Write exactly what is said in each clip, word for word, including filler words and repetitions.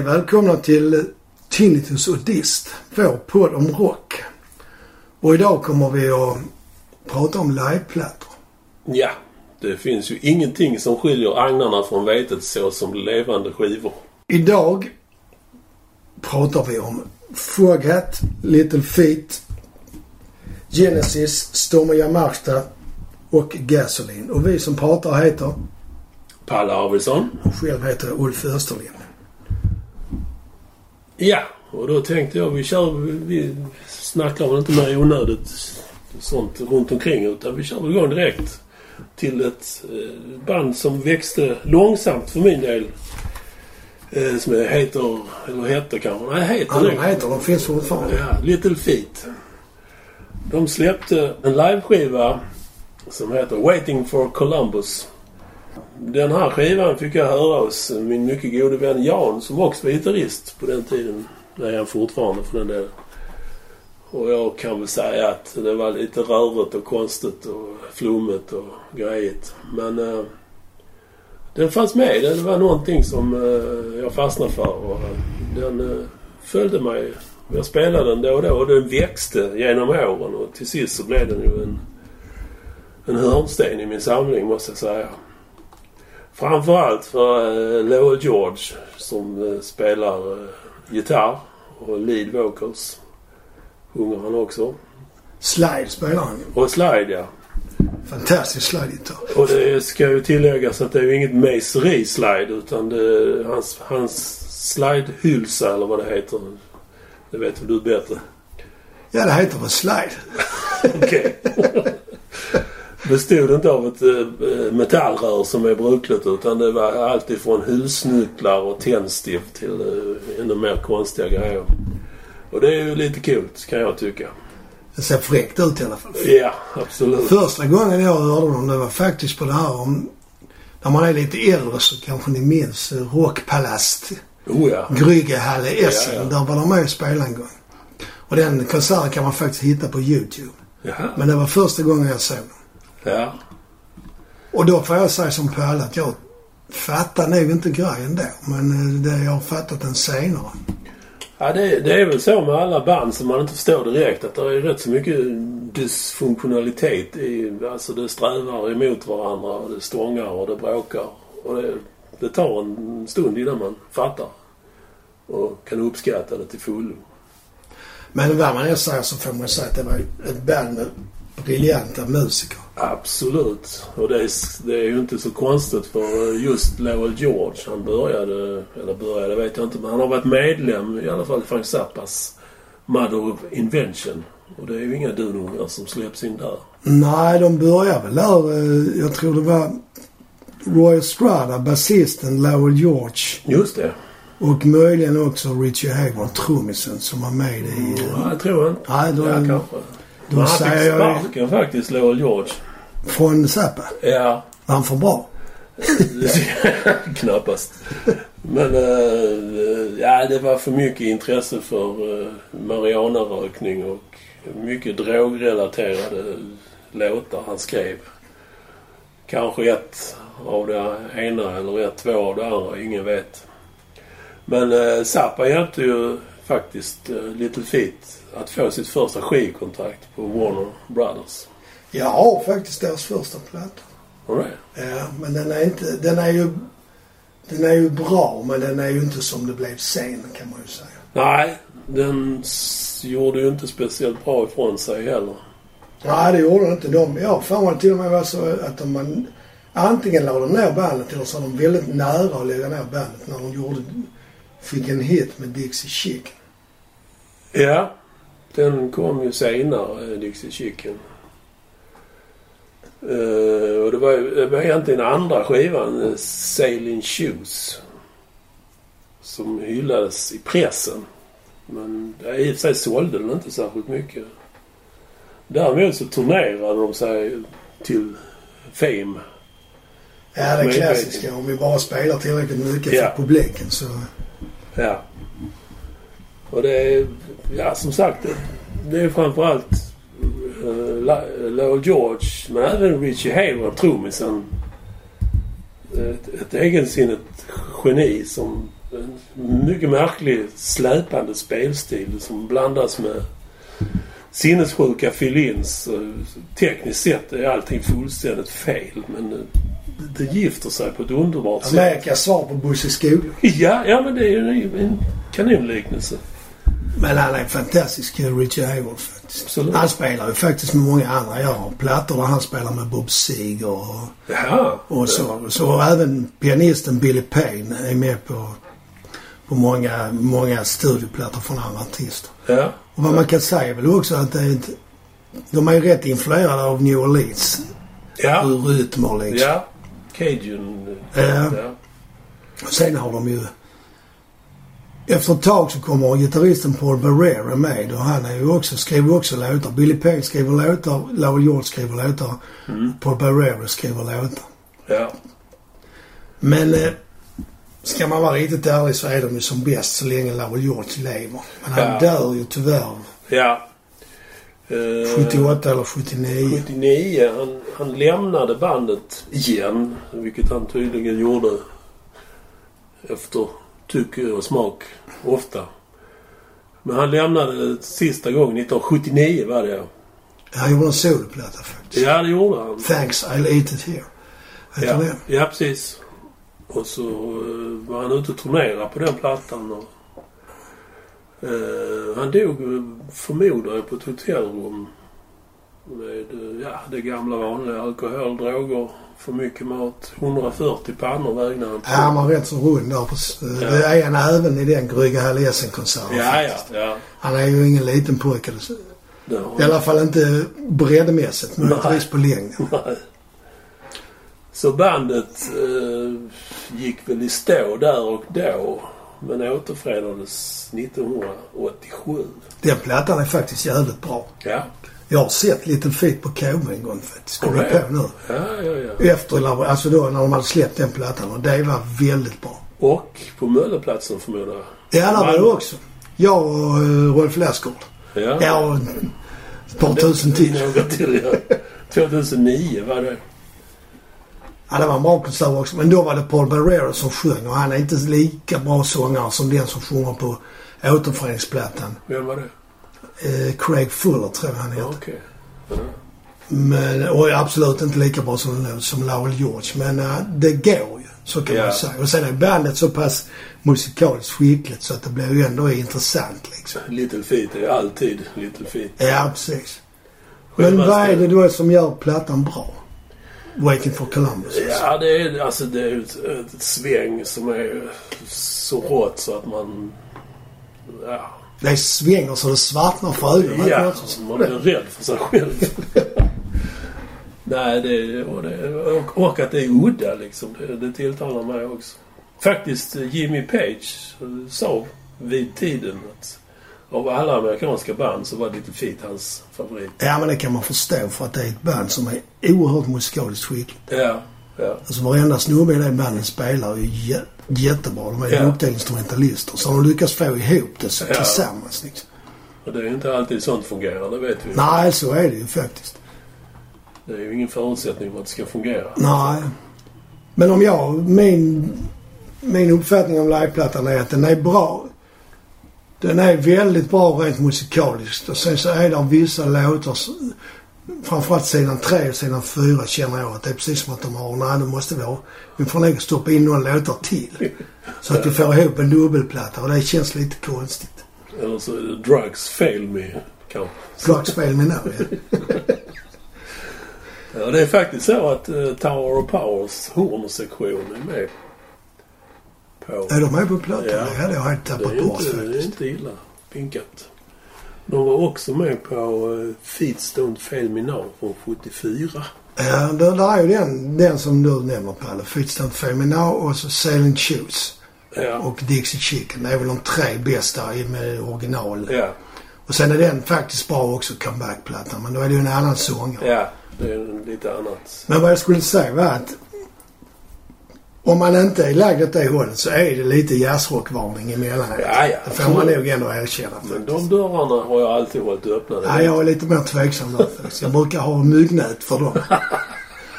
välkomna till Tinnitus och Dist, vår podd om rock. Och idag kommer vi att prata om liveplattor. Ja, det finns ju ingenting som skiljer agnarna från vetet så som levande skivor. Idag pratar vi om Foghat, Little Feat, Genesis, Stormy Yamarta och Gasoline. Och vi som pratar heter Palle Arvidsson. Och själv heter jag Ulf Österlind. Ja, och då tänkte jag vi kör, vi snackar väl inte mer onödigt sånt runt omkring, utan vi kör väl igång direkt till ett band som växte långsamt för min del. Eh, som heter, eller heter kanske, nej heter ja, det. de heter, de finns fortfarande. Ja, Little Feat. De släppte en liveskiva som heter Waiting for Columbus. Den här skivan fick jag höra hos min mycket gode vän Jan, som också var gitarrist på den tiden. Det är han fortfarande för den delen. Och jag kan väl säga att det var lite rörigt och konstigt och flummet och grejigt. Men uh, den fanns med. Det var någonting som uh, jag fastnade för. Och uh, den uh, följde mig. Jag spelade den då och då och den växte genom åren. Och till sist så blev den ju en, en hörnsten i min samling, måste jag säga. Framförallt för uh, Lowell George som uh, spelar uh, gitarr och lead vocals. Sjunger han också. Slide spelar han. Och slide, ja. Fantastisk slide-gitarr. Och det ska ju tilläggas att det är ju inget Maseri-slide, utan det är hans, hans slide-hylsa eller vad det heter. Det vet du bättre. Ja, det heter väl slide. Okej. Bestod inte av ett äh, metallrör som är brukligt, utan det var alltid från husnycklar och tändstift till äh, ännu mer konstiga grejer. Och det är ju lite kul, kan jag tycka. Det ser fräckt ut i alla fall. Ja, absolut. Första gången jag hörde dem, det var faktiskt på det här om... När man är lite äldre så kanske ni minns Rockpalast. Oh ja. Gryggehalle Essen. Ja, ja. Där var de med och spelade en gång. Och den konserten kan man faktiskt hitta på YouTube. Jaha. Men det var första gången jag såg den. Ja. Och då får jag säga som Palle att jag fattar nog inte grejen då. Men det jag har fattat den senare. Ja, det, det är väl så med alla band som man inte förstår direkt, att det är rätt så mycket dysfunktionalitet i, alltså det strävar emot varandra och det stångar och det bråkar och det, det tar en stund innan man fattar och kan uppskatta det till fullo. Men vad man än säger så får man säga att det var ett band med briljanta musiker. Absolut. Och det är, det är ju inte så konstigt för just Lowell George. Han började, eller började vet jag inte, men han har varit medlem i alla fall i Frank Zappas Mother of Invention. Och det är ju inga dunungar som släpps in där. Nej, de började väl där. Jag tror det var Roy Estrada, basisten Lowell George. Just det. Och möjligen också Richie Hayward, trummisen, som var med i... Ja, jag tror inte. Nej, då, ja, kanske. Då men han fick säger sparken jag... faktiskt, Lowell George. Från Zappa? Ja. Han får bra. Knappast. Men uh, ja, det var för mycket intresse för uh, marijuanarökning och mycket drogrelaterade låtar han skrev. Kanske ett av det ena eller ett, två av det andra, ingen vet. Men uh, Zappa hjälpte ju faktiskt uh, Little Feat att få sitt första skivkontrakt på Warner Brothers. Jag har faktiskt deras första platta. Right. Ja, men den är inte, den är ju den är ju bra, men den är ju inte som det blev sen, kan man ju säga. Nej, den s- gjorde ju inte speciellt bra ifrån sig heller. Nej, det gjorde den inte. De, ja, fan var det till och med var så att de man antingen lade de ner bandet eller så var de väldigt nära att lägga ner bandet när de gjorde, fick en hit med Dixie Chicken. Ja, den kom ju senare, Dixie Chicken. Uh, och det var, det var egentligen andra skivan, uh, Sailing Shoes, som hyllades i pressen. Men uh, i och för sig sålde den inte särskilt mycket. Däremot så turnerade de sig till fame. Ja, det är klassiska. Om vi bara spelar tillräckligt mycket ja. för publiken så... Ja. Och det är, ja som sagt, det, det är framförallt uh, Lowell George, men även Richie Hayward, trummisen. Ett, ett egensinnigt geni som uh, mycket märklig släpande spelstil som blandas med sinnessjuka fill-ins. Tekniskt sett är allting fullständigt fel, men det gifter sig på ett underbart sätt. Amerikas svar på Bosse Skoglund. Ja, ja, men det är ju en kanonliknelse. Men han är en fantastisk Richard Hayward faktiskt. Absolut. Han spelar ju faktiskt med många andra. Jag har plattor där han spelar med Bob Seger och, ja, och så. Ja. Så även pianisten Billy Payne är med på, på många, många studioplattor från andra artister. Ja. Och vad man kan säga är väl också att det är inte, de är ju rätt influerade av New Orleans. Ja. Ur rytmer liksom. Ja. Cajun. Ja. Ja. Och sen har de ju... Efter ett tag så kommer gitarristen Paul Barrera med och han är ju också, skriver också låtar. Billy Payne skriver låtar, Lowell George skriver låtar, mm. Paul Barrera skriver låtar. Ja. Men eh, ska man vara riktigt ärlig så är de ju som bäst så länge Lowell George lever. Men han ja. dör ju tyvärr. Ja. Uh, sjuttioåtta eller sjuttionio. sjuttionio. Han, han lämnade bandet igen, vilket han tydligen gjorde efter tycke och smak ofta. Men han lämnade sista gången nittonhundrasjuttionio var det. Han gjorde en soloplatta faktiskt. Ja, det gjorde han. Thanks, I'll eat it here. Vet ja, du det? ja, precis. Och så uh, var han ute och turnerade på den plattan. Och, uh, han dog förmodar på ett hotellrum med ja, det gamla vanliga alkohol, droger, för mycket mat. hundrafyrtio pannor vägnar han på. Ja, man rätt så rund där. På, ja. Det är han även i den Grygga Hallesen-konserten. Ja, ja, ja. Han är ju ingen liten pojke. I alla fall inte breddmässigt, men inte på längden. Nej. Så bandet eh, gick väl i stå där och då, men återförenades nittonhundraåttiosju. Den plattan är faktiskt jävligt bra. Ja. Jag har sett Little Feat på K B en gång faktiskt. Kom okay. på nu. Ja, ja, ja. Efter, alltså då när de hade släppt den plattan och det var väldigt bra. Och på Mölleplatsen förmodar jag. Ja, där var det också. Jag och uh, Rolf Lassgård. Ja. Ja, och ett par tusen till. Något till, ja. tjugohundranio var det. Ja, det var en bra konsert också. Men då var det Paul Barrera som sjöng och han är inte lika bra sångare som den som sjunger på återföreningsplattan. Vem var det? Eh, Craig Fuller tror jag han heter. Okej. Okay. Uh-huh. Men, och är absolut inte lika bra som, som Lowell George. Men uh, det går ju, så kan yeah. man säga. Och sen är bandet så pass musikaliskt skickligt så att det blir ju ändå intressant liksom. Little Feat är alltid Little Feat. Ja, precis. Men vad är det då som gör plattan bra? Waiting for Columbus. Ja, det är, alltså, det är ett, ett sväng som är så rått så att man... Ja. Det svänger så det svartnar för ögonen. Ja, man är rädd för sig själv. Nej, det, och, det, och, och att det är udda liksom. Det, det tilltalar mig också. Faktiskt Jimmy Page sa vid tiden att av alla amerikanska band så var Little Feat hans favorit. Ja, men det kan man förstå för att det är ett band som är oerhört musikaliskt skickligt. Ja, ja. Alltså varenda snubbe i det bandet spelar ju jä- jättebra. De är ju ja. duktiga instrumentalister. Så de lyckas få ihop det så ja. tillsammans liksom. Och det är ju inte alltid sånt fungerar, det vet vi. Nej, så är det ju faktiskt. Det är ju ingen förutsättning för att det ska fungera. Nej. Men om jag, min, min uppfattning om liveplattan är att den är bra. Den är väldigt bra rent musikaliskt. Och sen så är det vissa låtar, framförallt sidan tre och sidan fyra känner jag att det är precis som att de har, nej nu måste vi ha, vi får nog stoppa in några låtar till. Så att vi får ihop en dubbelplatta och det känns lite konstigt. Eller så är det Drugs Fail Me, kanske. Drugs Fail Me now, ja. Ja, det är faktiskt så att uh, Tower of Powers hornsektion är med på. Är de med på plattan? Ja. Det hade jag helt tappat bort faktiskt. Det är inte illa pinkat. De var också med på uh, Feet Don't Fail Me Now från sjuttiofyra. Ja, det där är ju den, den som du nämner, Palle. Feet Don't Fail Me Now och så Sailing Shoes. Ja. Och Dixie Chicken. Det är väl de tre bästa med original. Ja. Och sen är den faktiskt bra också, comeback-plattan. Men då är det ju en annan sång. Ja, det är lite annat. Men vad jag skulle säga var att om man inte är lagd åt det hållet så är det lite jazzrockvarning emellanåt. Ja, ja. Det får man nog ändå erkänna. Men de dörrarna har jag alltid hållit öppna. Ja, jag är lite mer tveksam där faktiskt. Jag brukar ha myggnät för dem.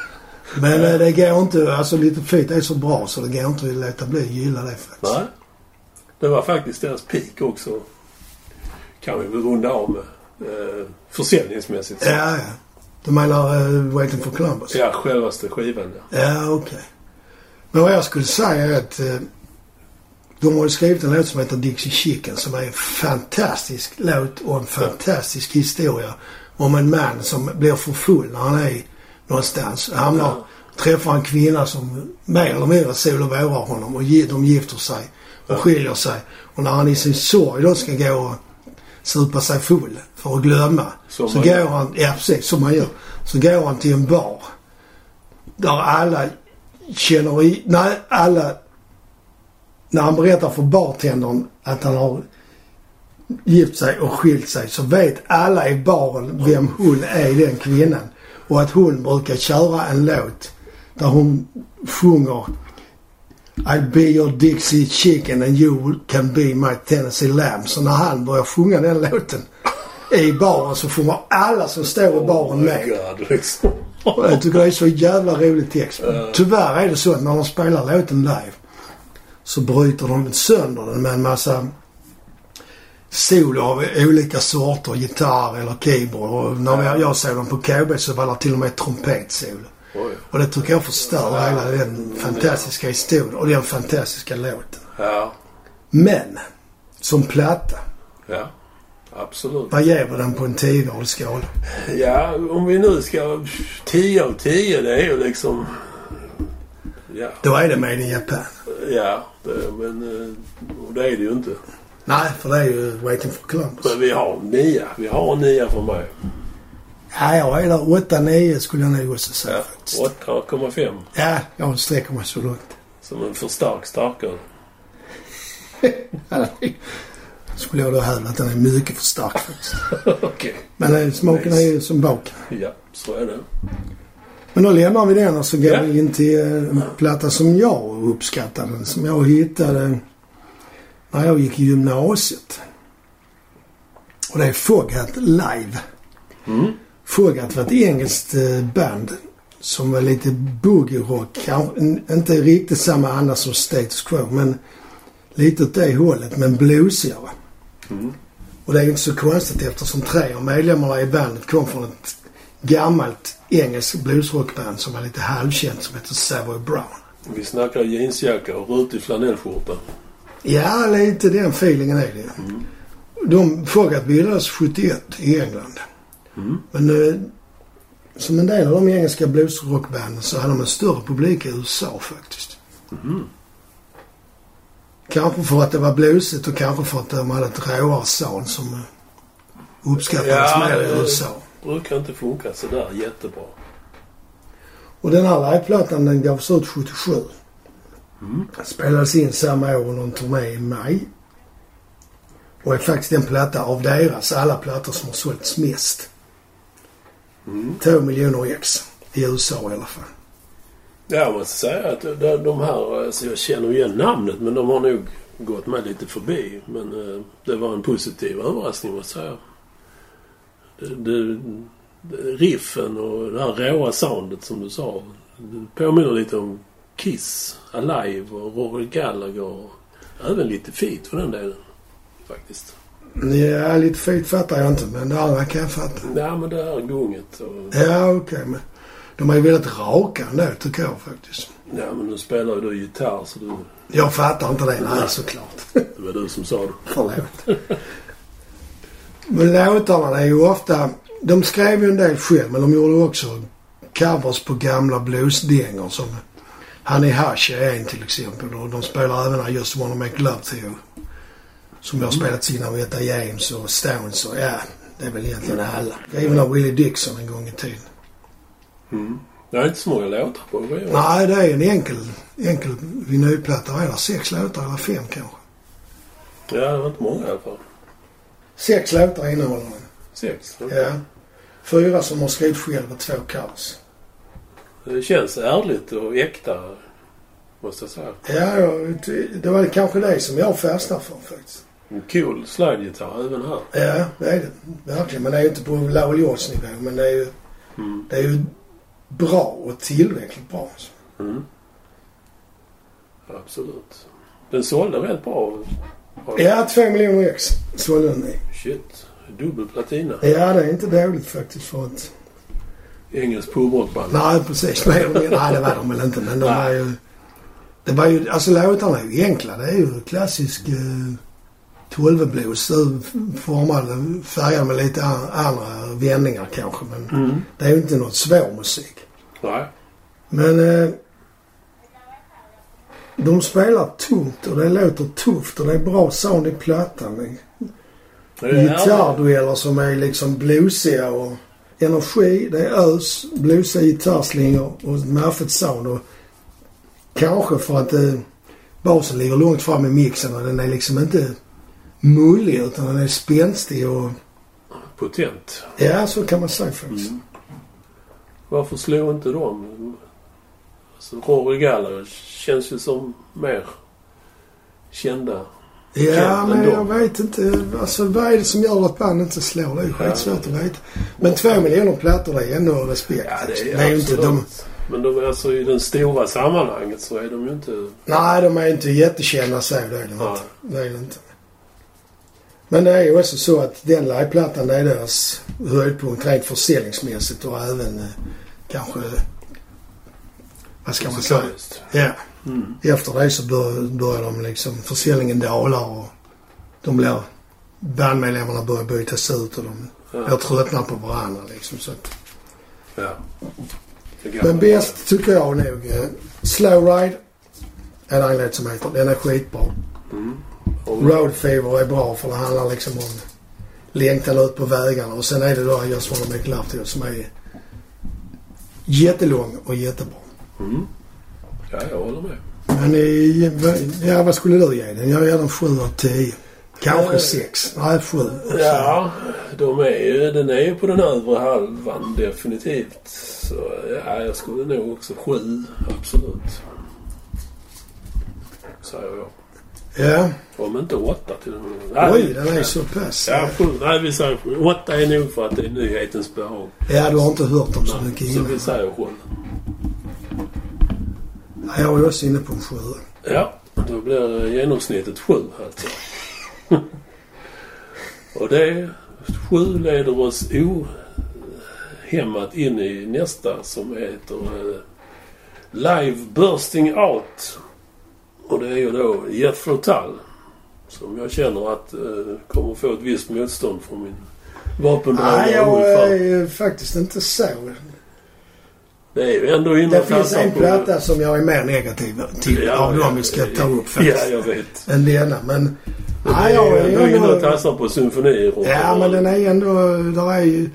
Men ja. det går inte, alltså lite fint är så bra så det går inte att låta bli att gilla det faktiskt. Nej. Det var faktiskt deras peak också. Kan vi väl runda av med eh, försäljningsmässigt. Så. Ja, ja. Du menar uh, Waiting for Columbus? Ja, självaste skivan. Ja, ja okej. Okay. Men vad jag skulle säga är att uh, de har skrivit en låt som heter Dixie Chicken som är en fantastisk låt och en fantastisk ja. historia om en man som blir för full när han är någonstans. Hamnar, ja. träffar en kvinna som mer eller mindre solovårar honom och de gifter sig och ja. skiljer sig. Och när han i sin sorg då ska gå och supa sig full för att glömma. Som så går gör. han, ja precis, som man gör. Så går han till en bar där alla känner i, nej alla, när han berättar för bartendern att han har gift sig och skilt sig så vet alla i baren vem hon är, den kvinnan. Och att hon brukar köra en låt där hon sjunger I'll be your Dixie Chicken and you can be my Tennessee Lamb. Så när han börjar sjunga den låten i baren så får alla som står i baren med. Oh God, liksom. Och jag tycker det är så jävla rolig text. Uh. Tyvärr är det så att när de spelar låten live så bryter de sönder den med en massa solo av olika sorter, gitarr eller keyboard. Och när jag, jag såg dem på K B så var det till och med trompetsolo. Oj. Och det tycker jag förstör ja, hela den fantastiska ja. historien och den fantastiska låten. Ja. Men, som platta. Ja, absolut. Vad ger vi den på en tio-gradig skala? Ja, om vi nu ska tio av tio, det är ju liksom... Ja. Då är det Made in Japan. Ja, det, men det är det ju inte. Nej, för det är ju Waiting for Columbus. Men vi har nia. Vi har nia för mig. Ja, jag är där åtta nio skulle jag nog också säga ja, faktiskt. åtta komma fem. Ja, jag sträcker mig så långt. Som en för stark starkare. Skulle jag då hävda att den är mycket för stark faktiskt. Okej. Okay. Men smaken nice. är ju som baken. Ja, så är det. Men då lämnar vi den och så går ja. vi in till en platta som jag uppskattade. Som jag hittade när jag gick i gymnasiet. Och det är Foghat Live. Mm. Foghat var ett engelskt band som var lite boogie-rock. Inte riktigt samma anda som Status Quo, men lite åt det hållet, men bluesigare. Mm. Och det är inte så konstigt eftersom tre av medlemmarna i bandet kom från ett gammalt engelskt bluesrockband som var lite halvkänt som heter Savoy Brown. Vi snackar jeansjacka och rutig flanellskjorta. Ja, lite den feelingen är det. Mm. De Foghat bildades sjuttioett i England. Mm. Men eh, som en del av de engelska bluesrockbanden så hade de en större publik i U S A faktiskt. Mm. Kanske för att det var bluesigt och kanske för att de hade ett råare sound som uppskattades ja, mer i U S A. Det brukar inte funka så där jättebra. Och den här liveplattan den gavs ut sjuttiosju. Mm. Spelades in samma år någon turné i maj. Och är faktiskt en platta av deras alla plattor som har sålts mest. Mm. Två miljoner ex i U S A i alla fall. Ja, jag måste säga att de här, alltså jag känner igen namnet men de har nog gått med lite förbi. Men uh, det var en positiv överraskning måste jag säga. Det, det, det, riffen och det här råa soundet som du sa. Det påminner lite om Kiss, Alive och Rory Gallagher och även lite Feet för den delen faktiskt. Ja, lite Feet fattar jag inte men det andra kan jag fatta. Ja, men det här gunget. Och... Ja, okej okay, men de är ju väldigt raka ändå tycker jag faktiskt. Ja, men nu spelar ju du gitarr så du... Jag fattar inte det, nej såklart. Det var du som sa det. Förlåt. Men låtarna är ju ofta... De skrev ju en del själv men de gjorde också covers på gamla bluesdängor som Honey Hush är en till exempel. Och de spelar även I Just Wanna Make Love To You. Som jag har spelat in av Etta James och Stones och ja, det är väl egentligen alla. Även av Willie Dixon en gång i tiden. Mm. Det är inte så många låtar på det. Nej, det är en enkel, enkel vinylplatta. Är det sex låtar eller fem kanske? Ja, det var inte många i alla fall. Sex låtar innehåller den. Sex? Okay. Ja. Fyra som har skrivit själv och två covers. Det känns ärligt och äkta, måste jag säga. Ja, det var kanske det som jag fastnade för faktiskt. En cool slide-gitarr även här. Ja, det är det. Verkligen. Men det är ju inte på Lowell Yards nivå. Men det är ju, mm. det är ju bra och tillräckligt bra. Mm. Absolut. Den sålde rätt bra Ja, två miljoner ex sålde den i. Shit. Dubbelplatina. Ja, det är inte dåligt faktiskt för att... Engelsk pubrockband. Nej, precis. Nej, nej, det var de väl inte. Men de var ju... Det var ju... Alltså låtarna är ju enkla. Det är ju klassisk eh, tolvblues. Formad, färgad med lite andra vändningar kanske. Men Mm. det är ju inte något svår musik. Nej. Men... Eh, de spelar tungt och det låter tufft och det är bra sound i plattan. Gitarrdueller som är liksom bluesiga och energi. Det är ös, bluesiga gitarrslingor och maffigt sound. Och kanske för att eh, basen ligger långt fram i mixen och den är liksom inte mullig utan den är spänstig och... Potent. Ja, så kan man säga faktiskt. Mm. Varför slår inte de? Alltså, Rory Gallagher känns ju som mer kända. Ja, men jag vet inte. Alltså, vad är det som gör att band inte slår? Det är ju skitsvårt att veta. Men två miljoner plattor, det är ändå respekt. Ja, det är, det är ju inte de... Men de är alltså i den stora sammanhanget så är de ju inte... Nej, de är inte jättekända så. Det är de inte. Det är det inte. Men det är ju också så att den liveplattan, det är deras höjdpunkt rent försäljningsmässigt och även eh, kanske... Vad ska man säga? Ja. Mm. Efter det så bör, börjar de liksom... Försäljningen dalar och de blir... Bandmedlemmarna börjar bytas ut och de ja. blir tröttna på varandra liksom så att... Ja. Men bäst tycker jag nog eh, Slow Ride är det en låt som heter. Den är skitbra. Mm. Road Fever är bra för det handlar liksom om längtan ut på vägarna. Och sen är det då Just Wanna Make Love To som är jättelång och jättebra. Mm. Ja, jag håller med. Men i, ja, vad skulle du ge den? Jag ger den sju av tio. Kanske sex. Nej, sju. Ja, de är ju, den är ju på den övre halvan definitivt. Så ja, jag skulle nog också sju. Absolut. Säger jag. Ja. Om inte åtta till och med. Nej, oj, den är så pass. Ja, sju. Nej, vi säger sju. Åtta är nog för att det är nyhetens behag. Ja, du har inte hört dem så mycket innan. Så vi säger sju. Ja, jag är också inne på en sju. Ja, då blir genomsnittet sju alltså. Och det sju leder oss ohämmat in i nästa som heter uh, Live Bursting Out. Och det är ju då Jethro Tull som jag känner att uh, kommer få ett visst motstånd från min vapendragare. Nej, jag är ju faktiskt inte så. Det är ju ändå inne. Det finns en platta som jag är mer negativ till ja, av dem vi ska ta upp faktiskt. Ja, jag vet. Än denna, men... men nej, jag är ändå inne och tassar på symfonier. Ja, men den är ändå... Där är ju...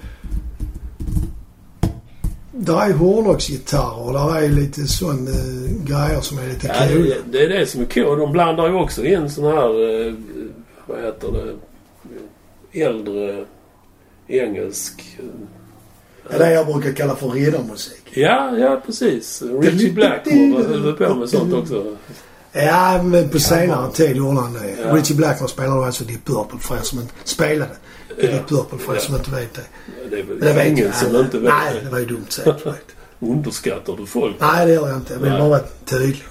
Där är hårdrocksgitarrer. Där är lite sån äh, grejer som är lite ja, kul. Det, det är det som är kul. De blandar ju också in sån här... Äh, vad heter det? Äldre engelsk... Äh, Ja, det jag brukar kalla för riddarmusik. Ja, ja precis. Richie Blackmore höll på med sånt också. Ja, men på senare tid gjorde han det. Ja. Richie Blackmore spelade alltså Deep Purple för er som inte spelade. Ja. Deep Purple för er ja. som inte vet det. Ja, det är väl det var ingen som inte vet nej, det. Nej, det var ju dumt sagt. Underskattar du folk? Nej, det gör jag inte. Jag vill bara vara tydlig.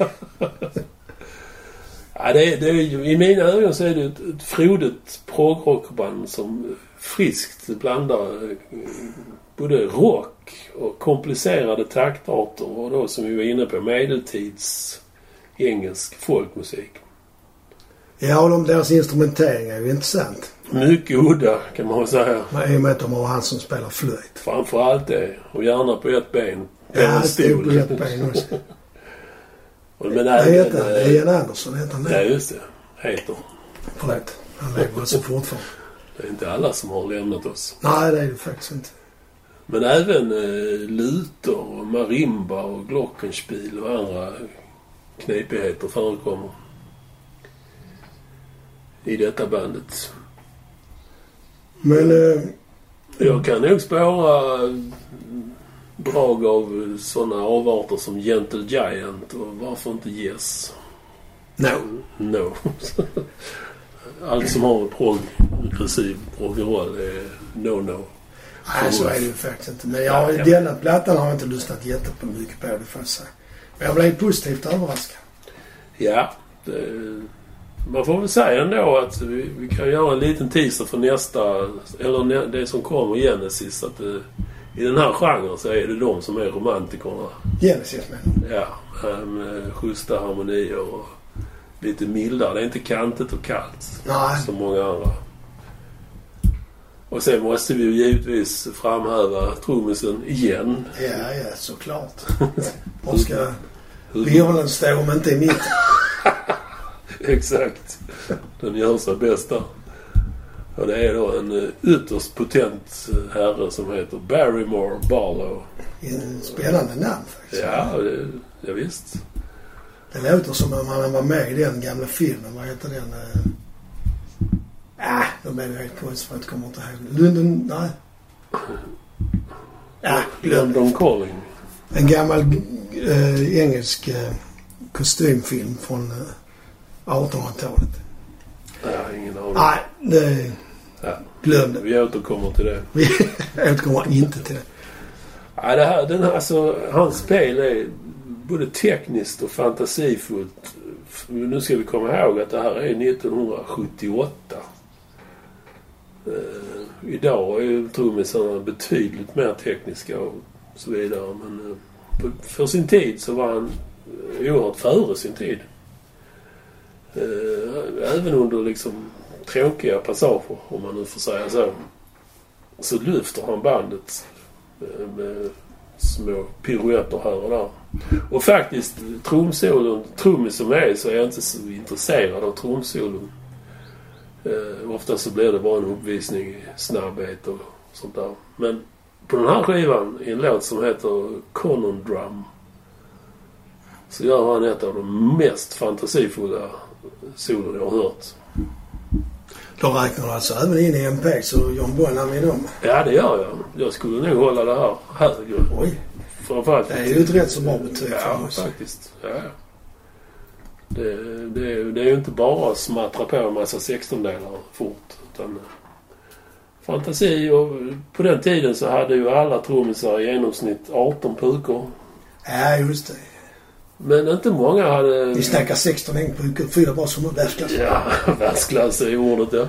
Ja, det är, det är, i mina ögon så är det ett, ett frodigt progrockband som friskt blandar både rock och komplicerade taktarter och då som vi var inne på medeltids engelsk folkmusik. Ja, och de, deras instrumentering är ju intressant. Mycket udda kan man säga. Men i och med att de har han som spelar flöjt. Framförallt det. Och gärna på ett ben. På ja, stod på ett ben också. Och men det heter han. Det är Ian Anderson heter han. Ja, just det. Heter. Förlåt. Han lever alltså fortfarande. Det är inte alla som har lämnat oss. Nej, det är det faktiskt inte. Men även eh, lutor och marimba och glockenspiel och andra knepigheter förekommer i detta bandet. Men... Eh, jag kan nog spåra drag av sådana avarter som Gentle Giant och varför inte Yes? No. No. Allt som har progressiv rock'n'roll är no-no. Nej, så är det ju faktiskt inte. Men jag, ja, denna plattan har jag inte lyssnat jättemycket på det för sig. Men jag blev positivt överraskad. Ja, det, man får väl säga ändå att vi, vi kan göra en liten teaser för nästa, eller det som kommer, Genesis, att det, i den här genren så är det de som är romantikerna. Genesis, men. Ja, med schyssta harmonier och lite mildare. Det är inte kantigt och kallt. Nej. Som många andra. Och sen måste vi ju givetvis framhäva trummisen igen. Ja, ja, såklart. Och ska violen stå om inte i mitten. Exakt. Den gör sig bästa. Och det är då en ytterst potent herre som heter Barrymore Barlow. En spännande namn faktiskt. Ja, det, ja visst. Det låter som om han var med i den gamla filmen. Vad heter den? Ah, då blev det helt konstigt för att jag kommer inte ihåg. London, nej. Ja, London Calling. En gammal äh, engelsk äh, kostymfilm från äh, artonhundratalet. Ja, ingen aning. Nej, det... Ja. Glöm det. Vi återkommer till det. Vi återkommer inte till det. Ja, det här, den här, alltså, hans spel är både tekniskt och fantasifullt. Nu ska vi komma ihåg att det här är nittonhundrasjuttioåtta. Uh, idag är ju trummisarna betydligt mer tekniska och så vidare. Men uh, på, för sin tid så var han uh, oerhört före sin tid. Uh, även under liksom tråkiga passager, om man nu får säga så, så lyfter han bandet uh, med små piruetter här och där. Och faktiskt trumsolon, trummis som är, så är jag inte så intresserad av trumsolon. Uh, ofta så blir det bara en uppvisning i snabbhet och sånt där. Men på den här skivan, i en låt som heter Conundrum, så gör han ett av de mest fantasifulla solon jag har hört. Då räknar du alltså även in i M P så John Bonham i dem? Ja, det gör jag. Jag skulle nog hålla det här högre. Oj. Framförallt. Det är ju ett rätt så bra betyg. Ja, faktiskt. Ja. Det, det, det är ju inte bara att smattra på en massa sextondelar fort, utan fantasi. Och på den tiden så hade ju alla trummisar i genomsnitt arton pukor. Ja, just det. Men inte många hade... Vi snackar sexton häng pukor, fyra bara som en världsklass. Ja, världsklass är ordet, ja.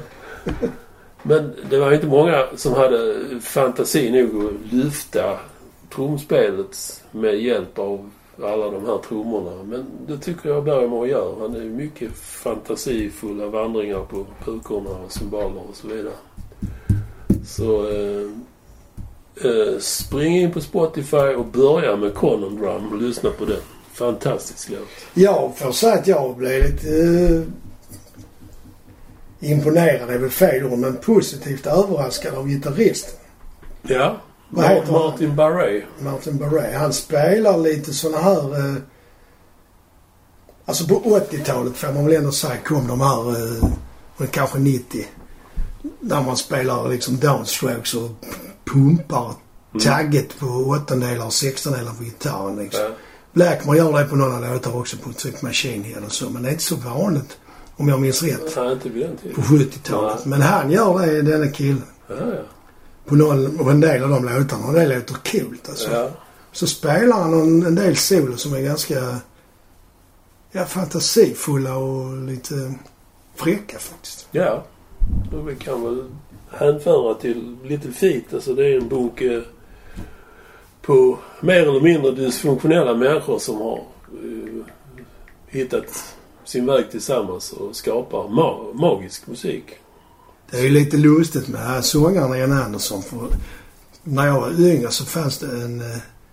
Men det var inte många som hade fantasi nog att lyfta trumspelet med hjälp av alla de här trummorna. Men det tycker jag Barrymore gör. Han är mycket fantasifulla vandringar på pukorna och symboler och så vidare. Så eh, eh, spring in på Spotify och börja med Conundrum och lyssna på den. Fantastisk låt. Jag får säga att jag blev lite eh, imponerad, är väl fel ord, men positivt överraskad av gitarristen. Ja. Vad heter Martin han? Barre. Martin Barre. Han spelar lite såna här... Eh, alltså på åttiotalet får man väl ändå säga kom de här... Eh, kanske nittio. Där man spelar liksom downstrokes och pumpar mm. tagget på åttondelar och sextondelar på gitarren liksom. Ja. Blackmore gör det på några låtar också på typ Machine Head och så. Men det är inte så vanligt, om jag minns rätt. Ja, inte vid den tiden. På sjuttiotalet. Ja. Men han gör det, denna killen. Ja, ja. På någon, och en del av de låtarna. Och det låter coolt alltså. Ja. Så spelar han en, en del solo som är ganska ja, fantasifulla och lite fräcka faktiskt. Ja. Och vi kan väl hänföra till Little Feat. Alltså det är en bok eh, på mer eller mindre dysfunktionella människor som har eh, hittat sin väg tillsammans och skapar ma- magisk musik. Det är ju lite lustigt med här sångaren Ian Anderson. För när jag var yngre så fanns det en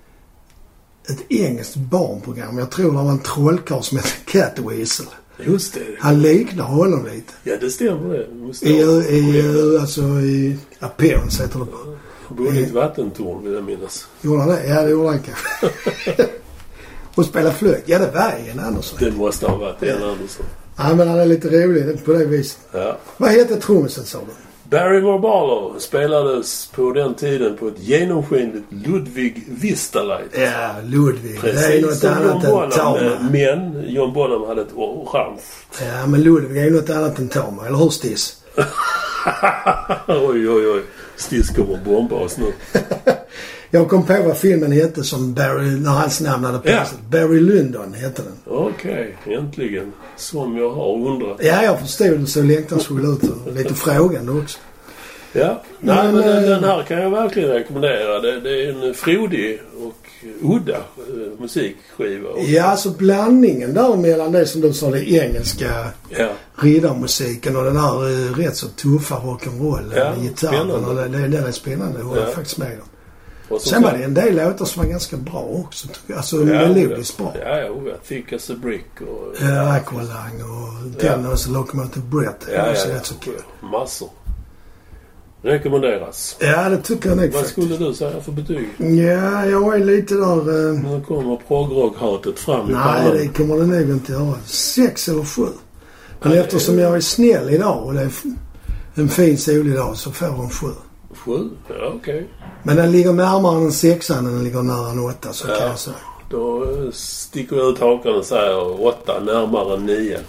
ett engelskt barnprogram. Jag tror det var en trollkarl som hette Catweasel. Just det. Han liknar honom lite. Ja, det stämmer det. Måste I, i, i, alltså i appearance heter det på. Bodde i ett vattentorn, vill jag minnas. Gjorde han det? Ja, det gjorde han kanske. Och spela flöjt. Ja, det var Ian Anderson. Det måste ha varit Ian Anderson. Ja, men han är lite rolig på det viset. Ja. Vad heter trummisen, sa du? Barrymore Barlow spelades på den tiden på ett genomskinligt Ludwig Vistalite. Ja, Ludwig. Precis, det är något annat än Tama. Men John Bonham hade ett orange. Ja, men Ludwig är något annat än Tama. Eller hur, Stiss? oj, oj, oj. Stiss kommer bomba oss nu. Jag kom på vad filmen hette som Barry, när hans namn hade passat. Ja. Barry Lyndon hette den. Okej, okay, äntligen. Som jag har undrat. Ja, jag förstod det så längtansfull ut och lite frågande också. Ja, nej men, men den, den här kan jag verkligen rekommendera. Det, det är en frodig och udda eh, musikskiva. Också. Ja, alltså blandningen där mellan det som du sa, det engelska ja. riddarmusiken och den här eh, rätt så tuffa rock'n'roll ja, med gitarren. Och det, det, det är spännande. Jag ja. faktiskt med dem. Sen var det en del låtar som var ganska bra också. Alltså ja, melodiskt bra. Ja, ja, ja. Thick as a brick och... Ja, Aqualung och Ten ja. och Locomotive Breath. Ja, ja, ja, ja. Så kul. Massor. Rekommenderas. Ja, det tycker jag nog Vad faktiskt. skulle du säga för betyg? Ja, jag är lite där... Uh... Nu kommer progrock-hatet fram. Nej, det kommer det nog inte göra. Sex eller sju. Men ja, eftersom jag är snäll idag och det är en fin solig dag så får jag en sju. Sju? Ja, okej. Okay. Men den ligger närmare en sexa än den ligger nära en åtta, så ja, kan jag säga. Då sticker jag ut hakan och säger åtta närmare än nio.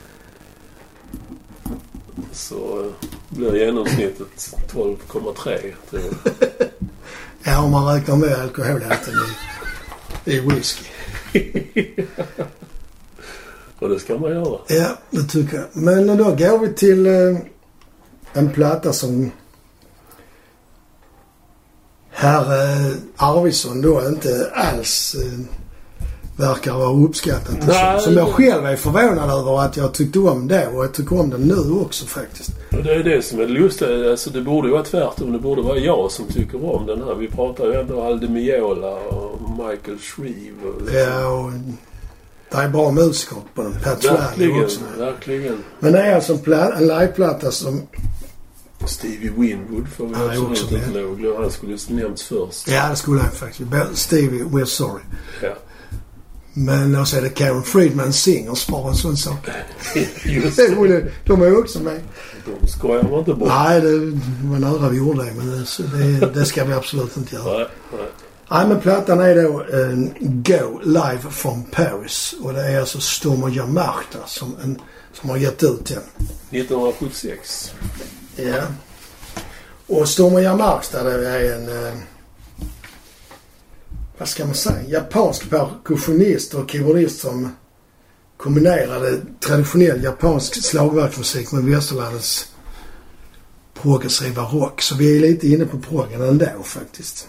Så blir genomsnittet tolv komma tre, tror jag. Ja, om man räknar med alkoholhalten i, i whisky. Och det ska man göra. Ja, det tycker jag. Men då går vi till eh, en platta som herr eh, Arvidsson då inte alls eh, verkar vara uppskattat. Nej, som jag själv är förvånad över att jag tyckte om det, och jag tycker om den nu också faktiskt. Och det är det som är lustigt. Alltså, det borde ju vara tvärtom. Det borde vara jag som tycker om den här. Vi pratar ju ändå Alde Miola och Michael Shreve. Och liksom. Ja, och det är bra musiker på den. Pat verkligen, också. Verkligen. Men det är alltså en, pla- en liveplatta som... Stevie Winwood får vi ja, också inte lov. Han skulle nämnts först. Ja, det skulle han faktiskt. Stevie, we're sorry. Ja. Men och så är det Karen Friedman Singers, bara en sån sak. Just det. De är också med. De skojar man inte bort. Nej, det var nära vi gjorde det, men det, det, det ska vi absolut inte göra. Nej, nej. Nej, men plattan är då en Go Live from Paris. Och det är alltså Storm Jamarta som, en, som har gett ut den. nittonhundrasjuttiosex. Ja. Och Storm Jamarta, det är en... Eh, vad ska man säga? Japansk perkussionist och keyboardist som kombinerade traditionell japansk slagverksmusik med västerlandets progressiva rock. Så vi är lite inne på proggen ändå faktiskt.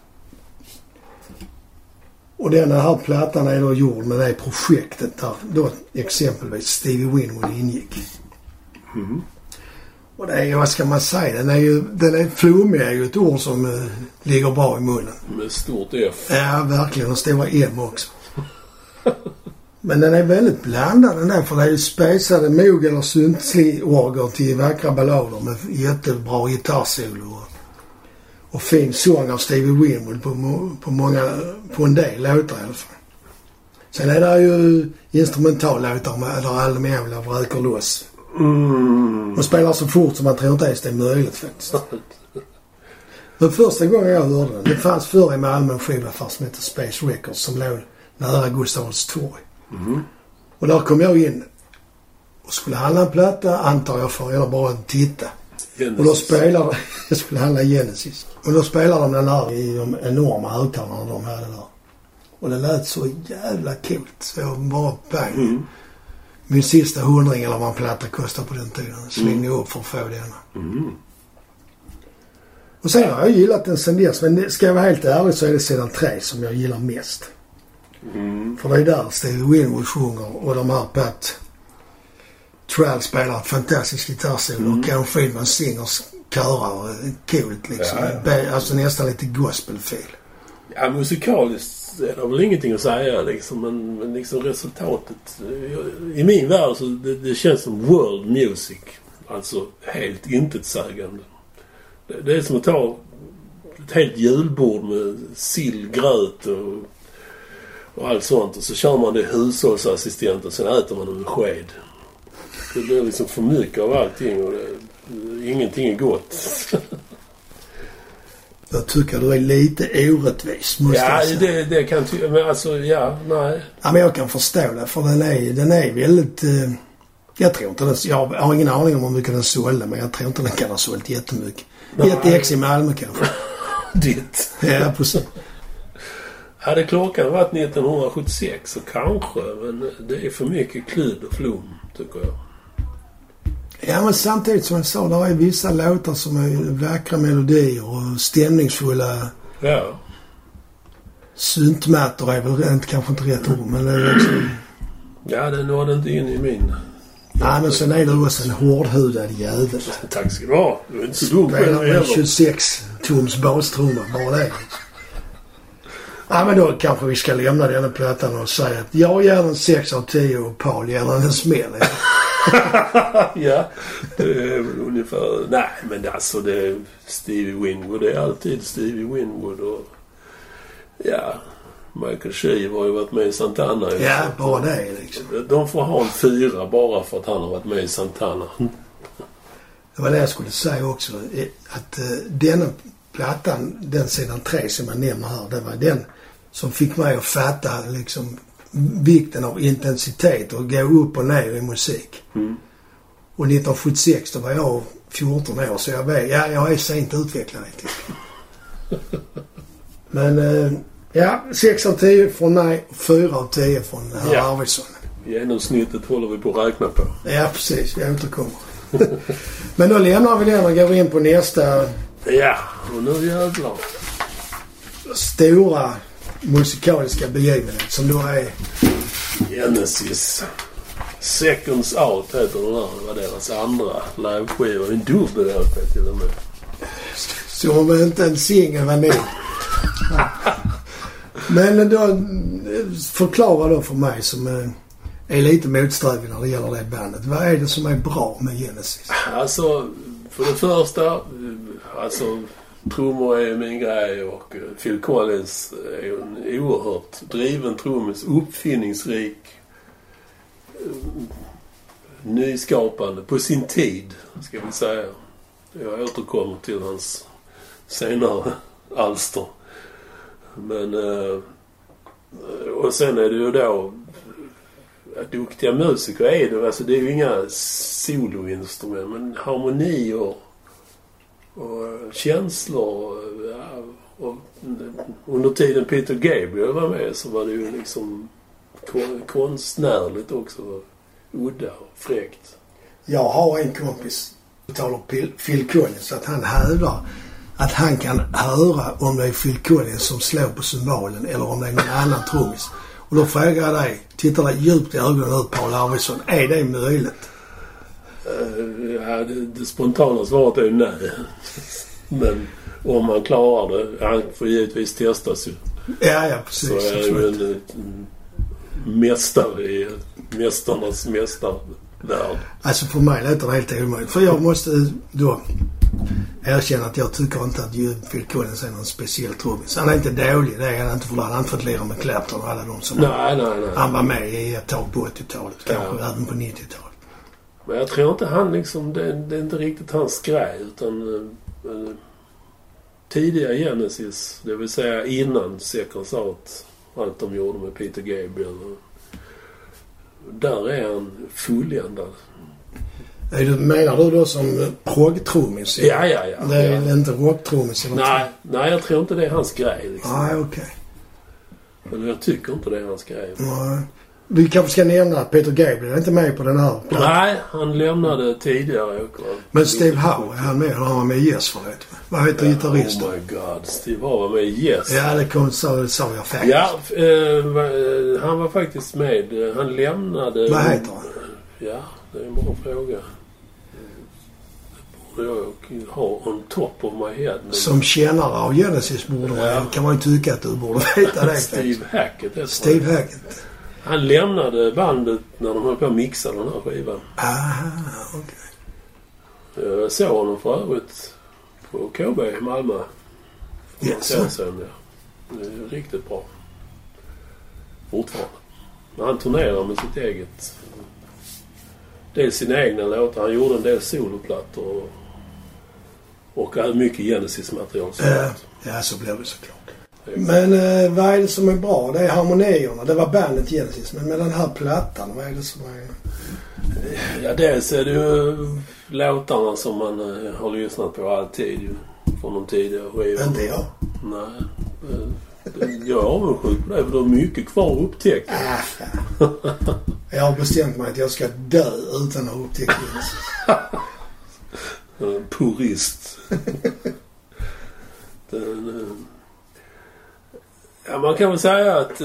Och den här plattan är då gjord med det projektet där då exempelvis Stevie Winwood ingick. Mm. Och det är ju, vad ska man säga, den är ju, den är flummig är ju ett ord som uh, ligger bra i munnen. Med stort F. Ja, verkligen. Och stora M också. Men den är väldigt blandad den där, för det är ju spejsade mog- eller synthli-orgel till vackra ballader med jättebra gitarrsolo och, och fin sång av Stevie Winwood på, på många, på en del låtar i alla fall. Sen är det ju instrumentallåtar med där Alde Miola vräker loss. Mm. Och spelar så fort som man tror inte ens det är möjligt faktiskt. Men första gången jag hörde den, det fanns förr i Malmö en skivaffär som heter Space Records som låg nära Gustav Adolfs torg. Mm. Och där kom jag in och skulle handla en platta, antar jag, för eller bara titta. Genesis. Och då spelade jag skulle handla Genesis. Och då spelade de den här i de enorma högtalarna de hade där. Och det lät så jävla coolt. Så jag bara bang. Mm. Min sista hundring eller vad en platta kostar på den tiden. Slängde mm. upp för att få denna. Mm. Och sen har jag gillat den sen dess. Men ska jag vara helt ärlig så är det sedan tre som jag gillar mest. Mm. För det är där Stevie Winwood sjunger och de här Pat Trall spelar ett fantastiskt gitarrsolo mm. och Karen Friedman Singers körar coolt liksom. Ja, ja. Alltså nästan lite gospelfil. Ja, musikaliskt är det väl ingenting att säga liksom, men, men liksom resultatet i min värld så det, det känns som world music. Alltså helt intetsägande. Det, det är som att ta ett helt julbord med sill, gröt och och allt sånt. Och så kör man det hushållsassistent och sen äter man en sked. Det blir liksom för mycket av allting och det, ingenting är gott. Jag tycker du är lite orättvis, måste ja, jag säga. det, det kan ty- men alltså, ja, nej. Ja, men jag kan förstå det, för den är, den är väldigt... Eh, jag tror inte den... Jag har ingen aning om hur mycket den sålde, men jag tror inte den kan ha sålt jättemycket. Ett ex i Malmö kanske. luddigt. Ja, precis. Hade klockan varit nittonhundrasjuttiosex så kanske, men det är för mycket klud och flum, tycker jag. Ja, men samtidigt som jag sa, där är vissa låtar som är vackra melodier och stämningsfulla. Ja. Syntmattor är väl inte, kanske inte rätt ord, men det är liksom... Ja, det nådde inte in i min... Nej, men sen är det också en hårdhudad jävel. Tack ska du ha. Du är inte så dum själv heller. tjugosex tums bastrumma, bara det. Ja, men då kanske vi ska lämna denna plattan och säga att jag ger den sex av tio och Paul ger den en smäll. Ja, det är väl ungefär... Nej, men alltså det är Stevie Winwood. Det är alltid Stevie Winwood och... Ja, Michael Shea har ju varit med i Santana. Ja, bara det liksom. De får ha en fyra bara för att han har varit med i Santana. Det var det jag skulle säga också. Att uh, denna plattan, den sidan tre som jag nämner här, det var den som fick mig att fatta liksom vikten av intensitet och gå upp och ner i musik. Mm. Och nittonhundrasjuttiosex då var jag fjorton år, så jag vet, ja, jag är sent utvecklad typ. Men uh, ja, sex av tio från mig, fyra av tio från herr ja. Arvidsson. Genomsnittet håller vi på att räkna på. Ja, precis. Jag återkommer. Men då lämnar vi den och går in på nästa... Ja, och nu jävlar. Stora musikaliska begivenhet som då är... Genesis. Seconds Out heter den här. Det var deras andra liveskiva. En dubbel L P till och med. Som inte en singel var med. Men då förklara då för mig som är lite motsträvig när det gäller det bandet. Vad är det som är bra med Genesis? Alltså, för det första, alltså trummor är min grej och Phil Collins är en oerhört driven trummis, uppfinningsrik, nyskapande på sin tid, ska vi säga. Jag återkommer till hans senare alster. Men eh, och sen är det ju då att duktiga musiker är det, alltså det är ju inga soloinstrument, men harmoni och, och känslor ja, och under tiden Peter Gabriel var med så var det ju liksom konstnärligt också, udda och fräckt. Jag har en kompis som talar Phil Collins att han hävdar att han kan höra om det är Phil Collins som slår på cymbalen eller om det är någon annan trummis. Och då frågar jag dig, tittar dig djupt i ögonen ut, Paul Arvidsson, är det möjligt? Uh, ja, det, det spontana svaret är ju nej. Men om man klarar det, han får givetvis testas ju. Ja, ja, precis. Så är det ju en, en mästare i mästarnas mästarvärld. Alltså för mig låter det helt omöjligt. För jag måste då erkänna att jag tycker inte att Phil Collins är någon speciell trummis. Han är inte dålig, det är han inte, för han har inte fått lira med Clapton och alla de som nej, nej, nej. Han var med i ett tag på åttiotalet, kanske ja. Även på nittiotalet. Men jag tror inte han liksom, det, det är inte riktigt hans grej, utan äh, tidiga Genesis, det vill säga innan Seconds Out, allt de gjorde med Peter Gabriel. Och där är han fulländad. Menar du då som proggtrummis? Ja, ja, ja. Det är ja. inte rocktrummis? Nej, nej, jag tror inte det är hans grej. Liksom. Nej, okej. Okay. Eller jag tycker inte det är hans grej. Nej. Vi kanske ska nämna att Peter Gabriel är inte med på den här. Nej, han lämnade tidigare. Men Steve Howe, är han med? Han var med i Yes för det. Vad heter ja, gitarristen? Oh my god, Steve Howe var med i Yes. Ja, det kom, så, sa jag faktiskt. Ja, eh, han var faktiskt med. Han lämnade... Vad heter han? Ja, det är en bra fråga. Det borde jag ha on top of my head. Men... Som kännare av Genesis borde ja. Kan man ju tycka att du borde veta det. Steve Hackett. Steve Hackett. Han lämnade bandet när de höll på att mixa den här skivan. Aha, okej. Okay. Jag såg honom för övrigt på K B i Malmö. Yes. Sen, ja. Det är riktigt bra. Fortfarande. Men han turnerar med sitt eget... Dels sina egna låtar. Han gjorde en del soloplattor och, och hade mycket Genesis-material. Ja, ja, så blev det såklart. Men eh, vad är det som är bra? Det är harmonierna. Det var bandet Genesis. Men med den här plattan, vad är det som är... Ja, dels är det ju låtarna som man eh, har lyssnat på alltid ju, från de tidigare skivorna. Inte jag. Nej. Jag är avundsjuk på det, för det är mycket kvar att upptäcka. Äh, jag har bestämt mig att jag ska dö utan att upptäcka det. Purist. Den, ja, man kan väl säga att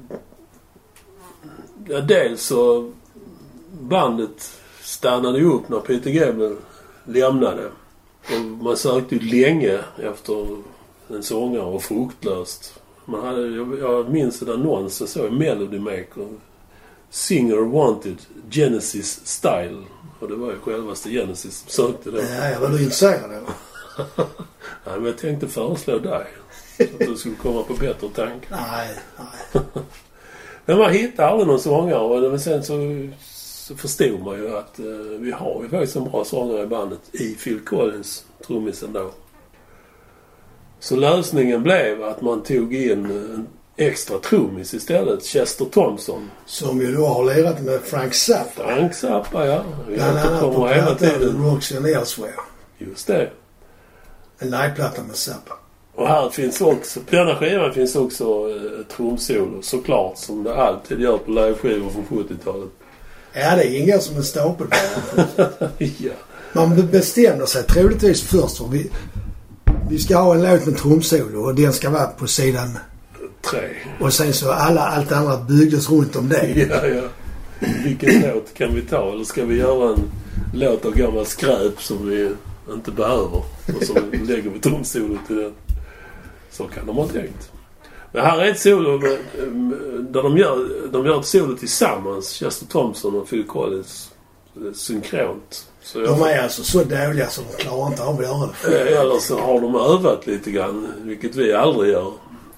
ja, dels så bandet stannade upp när Peter Gabriel lämnade. Och man sökte ju länge efter en sångare och fruktlöst. Man hade, jag, jag minns en annons jag såg i Melody Maker. Singer wanted Genesis style. Och det var ju självaste Genesis som sökte det. Ja, jag var du intresserad eller? Nej, men jag tänkte föreslå dig. Så att du skulle komma på bättre tankar. Nej, nej. Men man hittade aldrig någon sångare. Och sen så, så förstod man ju att uh, vi har ju faktiskt en bra sångare i bandet. I Phil Collins, trummisen då. Så lösningen blev att man tog in en extra trummis istället. Chester Thompson. Som ju då har lerat med Frank Zappa. Frank Zappa, ja. Bland annat på plattan Roxy and Elsewhere. Just det. En liveplatta med Zappa. Och här finns också, på denna skivan finns också eh, trumsolo, såklart, som det alltid gör på liveskivor från sjuttiotalet. Ja, det ingår som en stapel. Ja. Man bestämde sig troligtvis först för vi, vi ska ha en låt med trumsolo och den ska vara på sidan tre. Och sen så alla, allt annat byggdes runt om det. Ja, ja. Vilken låt kan vi ta? Eller ska vi göra en låt av gammal skräp som vi inte behöver? Och så lägger vi trumsolo till den. Så kan de ha tänkt. Men här är ett solo med, där de gör, de gör ett solo tillsammans. Chester Thompson och Phil Collins. Synkront. Så de är alltså så dåliga så de klarar inte av att göra det. Eller så har de övat lite grann. Vilket vi aldrig gör.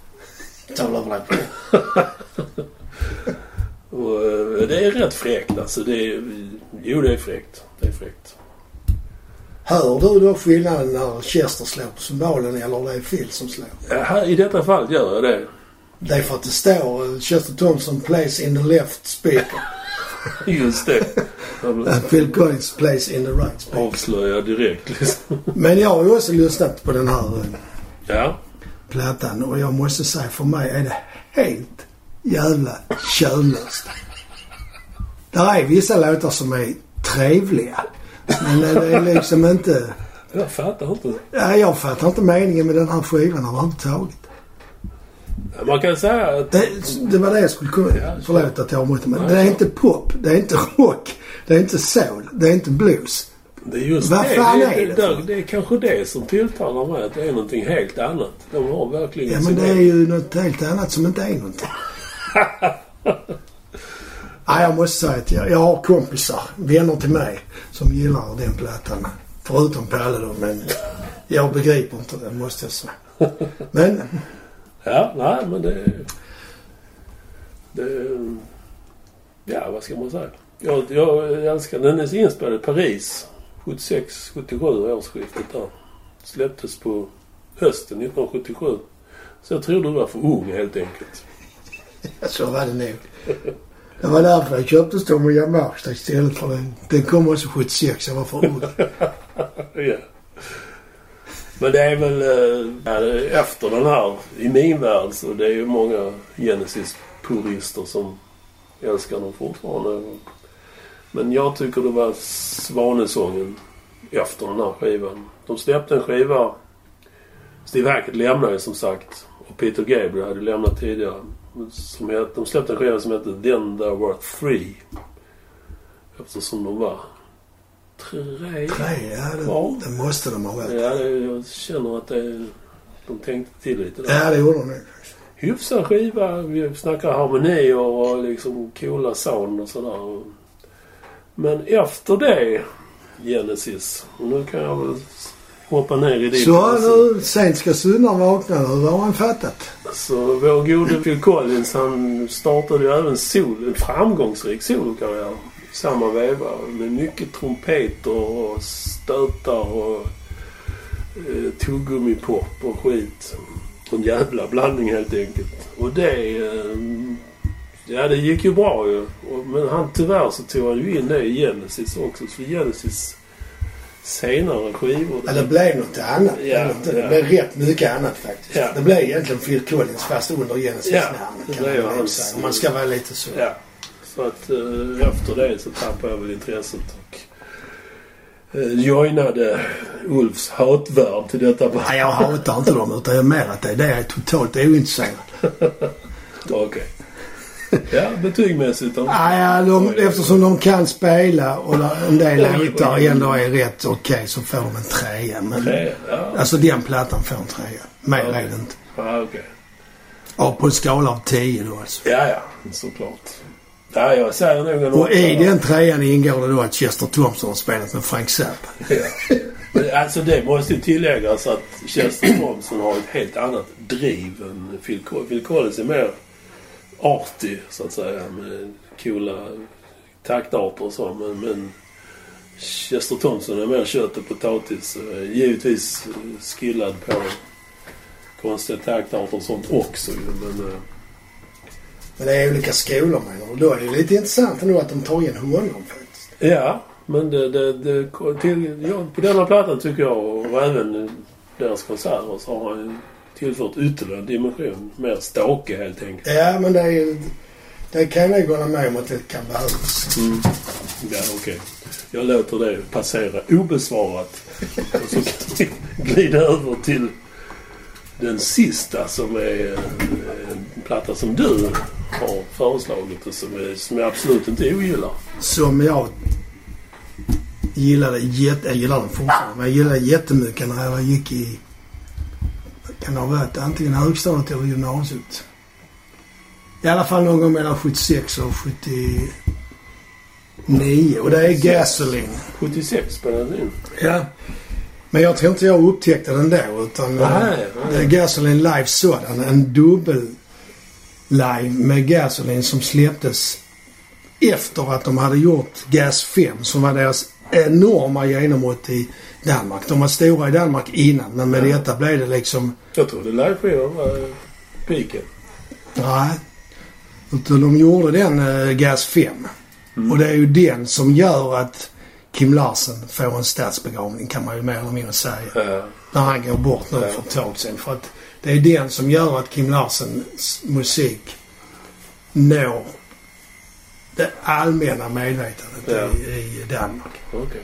Och det är rätt fräckt alltså. Det är, jo, det är fräckt. Det är fräckt. Hör du då skillnaden när Chester slår på symbolen eller det är Phil som slår? Ja, i detta fall gör jag det. Det är för att det står Chester Thompson plays in the left speaker. Just det. And Phil Collins plays in the right speaker. Avslöjar direkt liksom. Men jag har ju också lyssnat på den här ja. plattan och jag måste säga för mig är det helt jävla könlöst. Där är vissa låtar som är trevliga. Men det är liksom inte... Jag fattar inte. Ja, jag fattar inte meningen med den här skivan överhuvudtaget. Man kan säga att... Det, det var det jag skulle kunna... Ja, förlåt att jag har mått. Men det är inte pop, det är inte rock, det är inte soul, det är inte blues. Det är just vad det. Fan det, är det, det, det, det är kanske det som tilltalar mig, att det är någonting helt annat. De har verkligen... Ja, men det är ju något helt annat som inte är någonting. Ja, jag måste säga att jag, jag har kompisar, vänner till mig, som gillar den plattan. Förutom Palle då, men jag begriper inte det, måste jag säga. Men... Ja, nej, men det... det ja, vad ska man säga? Jag, jag älskar den. Den är inspelad i Paris. sjuttiosex sjuttiosju årsskiftet där. Släpptes på hösten nittonhundrasjuttiosju. Så jag tror du var för ung helt enkelt. Så var det nog. Det var därför jag köpte Stormy Marks istället för den. Den kom också sjuttiosex, jag var för ung. Ja. Men det är väl äh, efter den här, i min värld så det är ju många Genesis-purister som älskar dem fortfarande. Men jag tycker det var svanesången efter den här skivan. De släppte en skiva, Steve Hackett lämnade som sagt och Peter Gabriel hade lämnat tidigare. Som het, de släppte en skiva som heter Then There Were Three. Eftersom de var tre. Tre, ja. Det, det måste de ha varit. Ja, det, jag känner att det, de tänkte till lite där. Ja, det gjorde de nog. Hyfsad skiva. Vi snackar harmonier och liksom coola sound och sådär. Men efter det, Genesis. Och nu kan jag väl hoppa ner i det. Så nu, sen ska syndaren vakna. Hur har han fattat? Så vår gode Phil Collins, han startade ju även sol, en framgångsrik solokarriär. Samma veva med mycket trumpeter och stötar och eh, tuggummipop och skit. En jävla blandning helt enkelt. Och det eh, ja, det gick ju bra ju. Och, men han tyvärr så tog han ju in det i Genesis också. Så Genesis senare skivor. Ja, det blev något annat. Ja, det ja. blev rätt mycket annat faktiskt. Ja. Det blev egentligen Phil Collins fast under Genesis Ja, namn. det Kan blev man hans- säga. Om man ska vara lite så. Ja. Så att eh, efter det så tappade jag väl intresset och eh, joinade Ulfs hatvärld till detta. Nej, jag hatar inte dem utan jag är mer att det är det jag är totalt ointresserad. Okej. Ja, betygmässigt då? Nej, ja, de, eftersom de kan spela och en del låtar ändå är rätt okej okay, så får de en trea. Men, Tre, ja. alltså den plattan får en trea. Mer Ja. är det inte. Ja, okej. Ja, på en skala av tio då alltså. Ja, ja. Såklart. Ja, jag säger nog en Och åtta. i den trean ingår det då att Chester Thompson har spelat med Frank Zappa. Ja. Men alltså det måste ju tilläggas att Chester Thompson har ett helt annat driv än Phil Collins. Phil Collins är mer arty så att säga med coola taktarter och så. Men, men Chester Thompson är mer kött och potatis. Givetvis skillad på konstiga taktarter och sånt också. Men, Men det är olika skolor menar du. Då är det lite intressant ändå att de tar in honom faktiskt. ja, men det, det, det till, ja, på denna plattan tycker jag och även deras konserter så har han tillfört ytterligare en dimension. Mer ståke helt enkelt. Ja, men det är det kan jag hålla med om att det kan behövas. Mm. Ja, okej. Okay. Jag låter det passera obesvarat. Och så kan vi glida över till den sista som är en platta som du har föreslagit och som, är, som jag absolut inte ogillar. Som jag gillade jätte... Jag gillar den fortfarande. Men jag gillade jättemycket när jag gick i... Kan det ha varit antingen högstadiet eller gymnasiet. I alla fall någon gång mellan sjuttiosex och sjuttionio. Och det är Gasoline. sjuttiosex spelade den in. Ja. Men jag tror inte jag upptäckte den då. Utan Nej, nej. det är Gasoline Live sådan. En dubbel live med Gasoline som släpptes efter att de hade gjort Gas fem som var deras enorma genombrott i Danmark. De var stora i Danmark innan men med ja. detta blev det liksom... Jag tror det live-skivan var piken. Nej. Utan de gjorde den uh, Gas fem. Mm. Och det är ju den som gör att Kim Larsen får en statsbegravning kan man ju mer eller mindre säga. Ja. När han går bort nu ja. för ett tag sedan. För att det är den som gör att Kim Larsens musik når det allmänna medvetandet ja. i, i Danmark. Okay.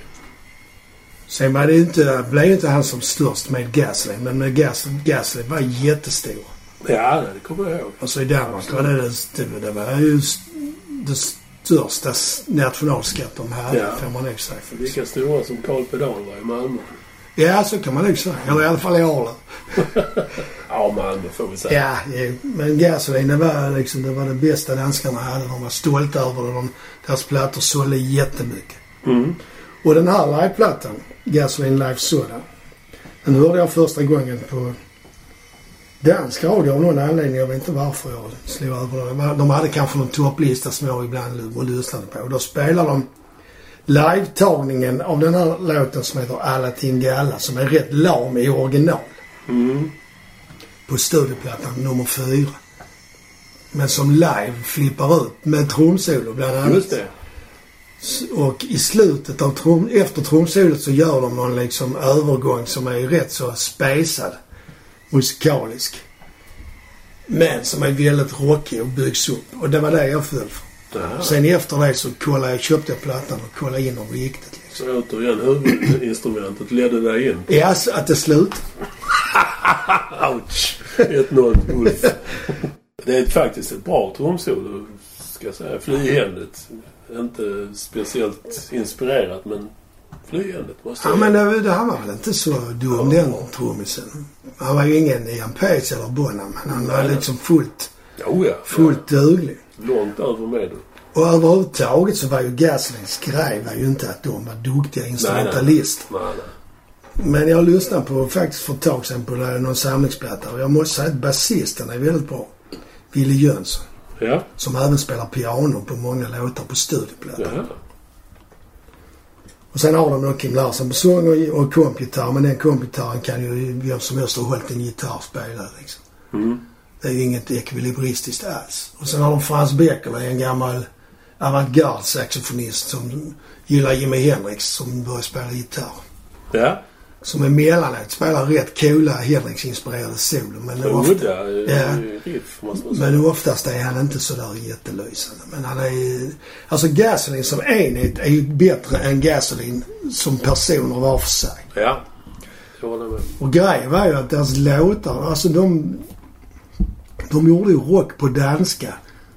Sen var det inte, blev inte han som störst med Gasoline. Men med Gas, Gasoline var jättestor. Ja, det kommer jag ihåg. Alltså i Danmark var det, det, det var ju det största nationalskatt de hade, ja. får man nog säga. Lika stora som Carl Pedal var i Malmö. Ja, så kan man nog säga. Eller i alla fall i Arla. Ja, Malmö får vi säga. Ja, ja. Men Gasoline, det var liksom det var det bästa danskarna hade. De var stolta över det. De, deras plattor sålde jättemycket. Mm. Och den här liveplattan, Gasoline Live Soda, den hörde jag första gången på dansk radio av någon anledning. Jag vet inte varför jag slog över den. De hade kanske någon topplista som jag ibland och lyssnade på. Och då spelade de live-tagningen av den här låten som heter Alla till Galla som är rätt lam i original. Mm. På studioplattan nummer fyra. Men som live flippar ut med trumsolo bland annat. Just det. Och i slutet av trum, efter trumsolot så gör de någon liksom övergång som är rätt så spacad musikalisk. Men som är väldigt rockig och byggs upp. Och det var det jag föll för. Aha. Sen efter det så kollade jag, köpte jag plattan och kollade in om riktigt. Liksom. Så återigen huvudinstrumentet ledde dig in. Ja, så att det slut. Ouch. ett noll Ulf. Det är faktiskt ett bra trumsolo, ska jag säga. Flyhändigt. Inte speciellt inspirerat, men flyhändigt måste ja, jag. men det, det, han var väl inte så dum ja. den trummisen. Han var ju ingen Ian Pace eller Bonham, men han var liksom fullt, oh ja, fullt ja. duglig. Långt över medel. Och överhuvudtaget så var ju Gasolines grej var ju inte att de var duktiga instrumentalister. Nej, nej. Nej, nej. Men jag lyssnade på faktiskt för ett tag sedan på någon samlingsplatta och jag måste säga att basisten är väldigt bra. Willy Jönsson. Ja. Som även spelar piano på många låtar på studioplattan. Ja. Och sen har de då Kim Larsen på sång och, och kompgitarr. Men den kompgitarren kan ju vem som helst ha hållit en gitarr spela liksom. Mm. Det är ju inget ekvilibristiskt alls. Och sen har de Frans Beckerle, en gammal avantgarde saxofonist som gillar Jimi Hendrix som börjar spela gitarr. Ja. Som emellanåt spelar rätt coola Hendrix-inspirerade solo. Men, så ofta, udda ja, riff måste man säga. men oftast är han inte så där jättelysande. Men han är ju... Alltså Gasoline som enhet är ju bättre än Gasoline som personer var för sig. Ja. Jag håller med. Och grejen var ju att deras låtar, alltså de... De gjorde ju rock på danska.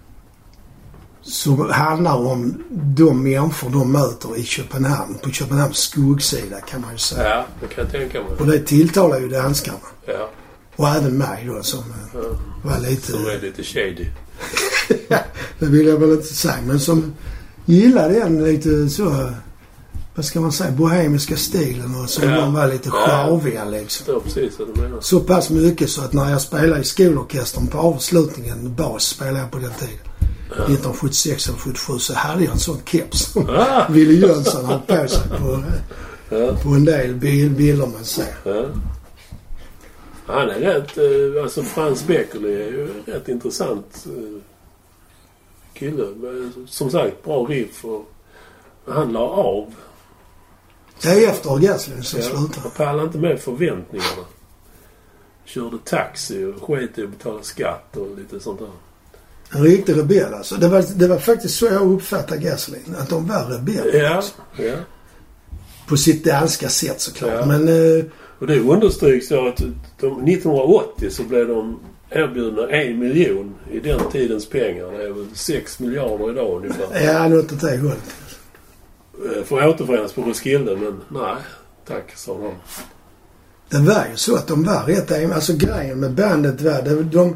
Som handlar om de människor de möter i Köpenhamn. På Köpenhamns skuggsida kan man ju säga. Ja, det kan jag tänka mig. Och det tilltalar ju danskarna. Ja. Och även mig då som ja. var lite... Som är lite shady. Ja, det vill jag väl inte säga. Men som gillade den lite så... Vad ska man säga? Bohemiska stilen och så. Ja. De var lite charviga liksom. Det är precis vad du menar. Så pass mycket så att när jag spelade i skolorkestern på avslutningen, bas spelade jag på den tiden. Ja. nittonhundrasjuttiosex eller sjuttiosju så hade jag en sån keps som ah. Willy Jönsson hade på sig på, ja. på en del bilder man ser. Ja. Han är rätt, alltså Franz Beckerli är ju rätt intressant kille. Som sagt, bra riff och han la av. Det är efter Gasoline som ja. slutar. Han pallade inte med förväntningarna. Körde taxi och sket i att betala skatt och lite sånt där. En riktig rebell alltså. Det var, det var faktiskt så jag uppfattade Gasoline. Att de var rebeller. Ja, alltså. ja. På sitt danska sätt såklart. Ja. Men, eh, och det understryks så att de, nittonhundraåttio så blev de erbjudna en miljon i den tidens pengar. Det är väl sex miljarder idag ungefär. Ja, något åt det hållet. För att återförenas på Roskilde, men nej, tack, sa de. Det var ju så att de var rätt. Alltså grejen med bandet var de, de,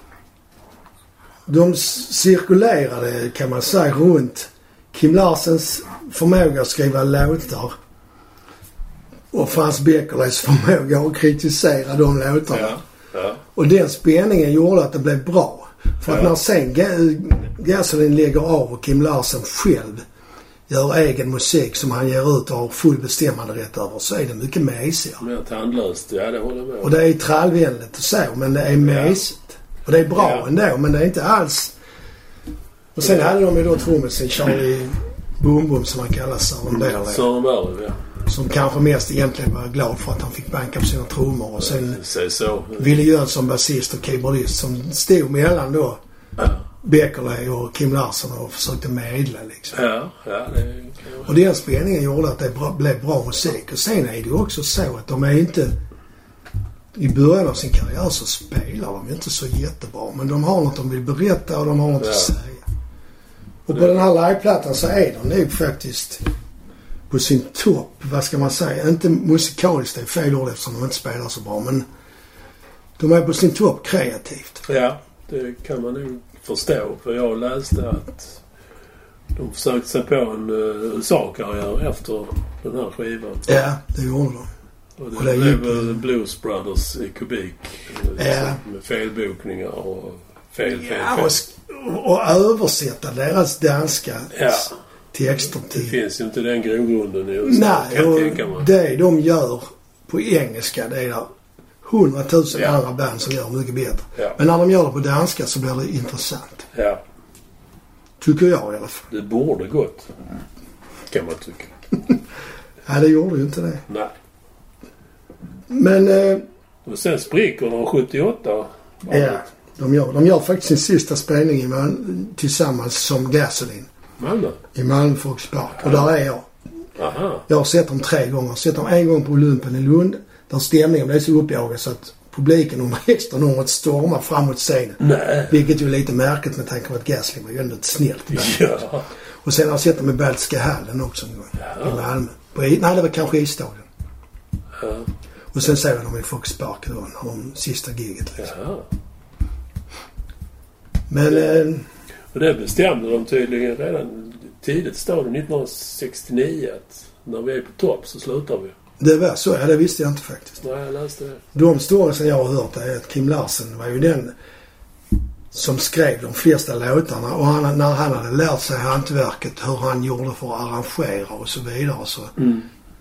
de cirkulerade kan man säga runt Kim Larsens förmåga att skriva låtar och Franz Beckerlis förmåga att kritisera de låtarna. Ja, ja. Och den spänningen gjorde att det blev bra. För ja. att när sen Gasoline lägger av och Kim Larsen själv gör egen musik som han ger ut och har full bestämmande rätt över, så är det mycket mesigare. Mer tandlöst, ja, det håller jag med. Och det är trallvänligt och så, men det är mesigt. Ja. Och det är bra ja. ändå, men det är inte alls... Och sen ja. hade de ju då trummisen Charlie Boom Boom som han kallar Sören Berg. Sören Berg, ja. Som kanske mest egentligen var glad för att han fick banka på sina trummor. Och sen Säg så. Willy Jönsson basist och keyboardist som stod mellan då ja. Beckerli och Kim Larsson och försökte medla liksom. Ja, ja, det kan jag... Och den spänningen gjorde att det blev bra musik. Och sen är det ju också så att de är inte... I början av sin karriär så spelar de inte så jättebra. Men de har något de vill berätta och de har något ja. att säga. Och på ja. den här liveplattan så är de nog faktiskt på sin topp. Vad ska man säga? Inte musikaliskt, det är fel ord eftersom de inte spelar så bra. Men de är på sin topp kreativt. Ja, det kan man nog förstå. För jag läste att de försökte sig på en uh, U S A-karriär efter den här skivan. Ja, det gjorde de. Och det, och det blev väl Blues Brothers i kubik. Ja. Med felbokningar och fel, fel, ja, fel. Och, och översätta deras danska ja. texter till... Det finns ju inte den grogrunden i U S A. Nej, och det de gör på engelska, det är där hundratusen ja. andra band som gör mycket bättre. Ja. Men när de gör det på danska så blir det intressant. Ja. Tycker jag i alla fall. Det borde gått. Kan man tycka. Nej, det gjorde ju inte det. Nej. Men... Eh, och sen spricker de sjuttioåtta. Ja, de gör, de gör faktiskt sin sista spelning i Malmö, tillsammans som Gasoline. Malmö? I Malmö Folkspark. Och där är jag. Aha. Jag har sett dem tre gånger. Jag har sett dem en gång på Olympen i Lund. Där stämningen blev så uppjagad så att publiken under extra numret stormar fram mot scenen. Nej. Vilket ju är lite märkligt med tanke på att Gasoline var ju ändå ett snällt. Ja. Och sen har jag sett dem i Baltiska hallen också en gång. Ja. I Malmö. På, nej, det var kanske i stadion. Ja. Och sen såg jag dem i Folkspark då, när de sista giget liksom. Ja. Men... Eh, och det bestämde de tydligen redan tidigt stadion nittonhundrasextionio att när vi är på topp så slutar vi. Det var så, ja, det visste jag inte faktiskt. Nej, jag läste det. De storyn jag har hört är att Kim Larsen var ju den som skrev de flesta låtarna. Och han, när han hade lärt sig hantverket, hur han gjorde för att arrangera och så vidare, så mm.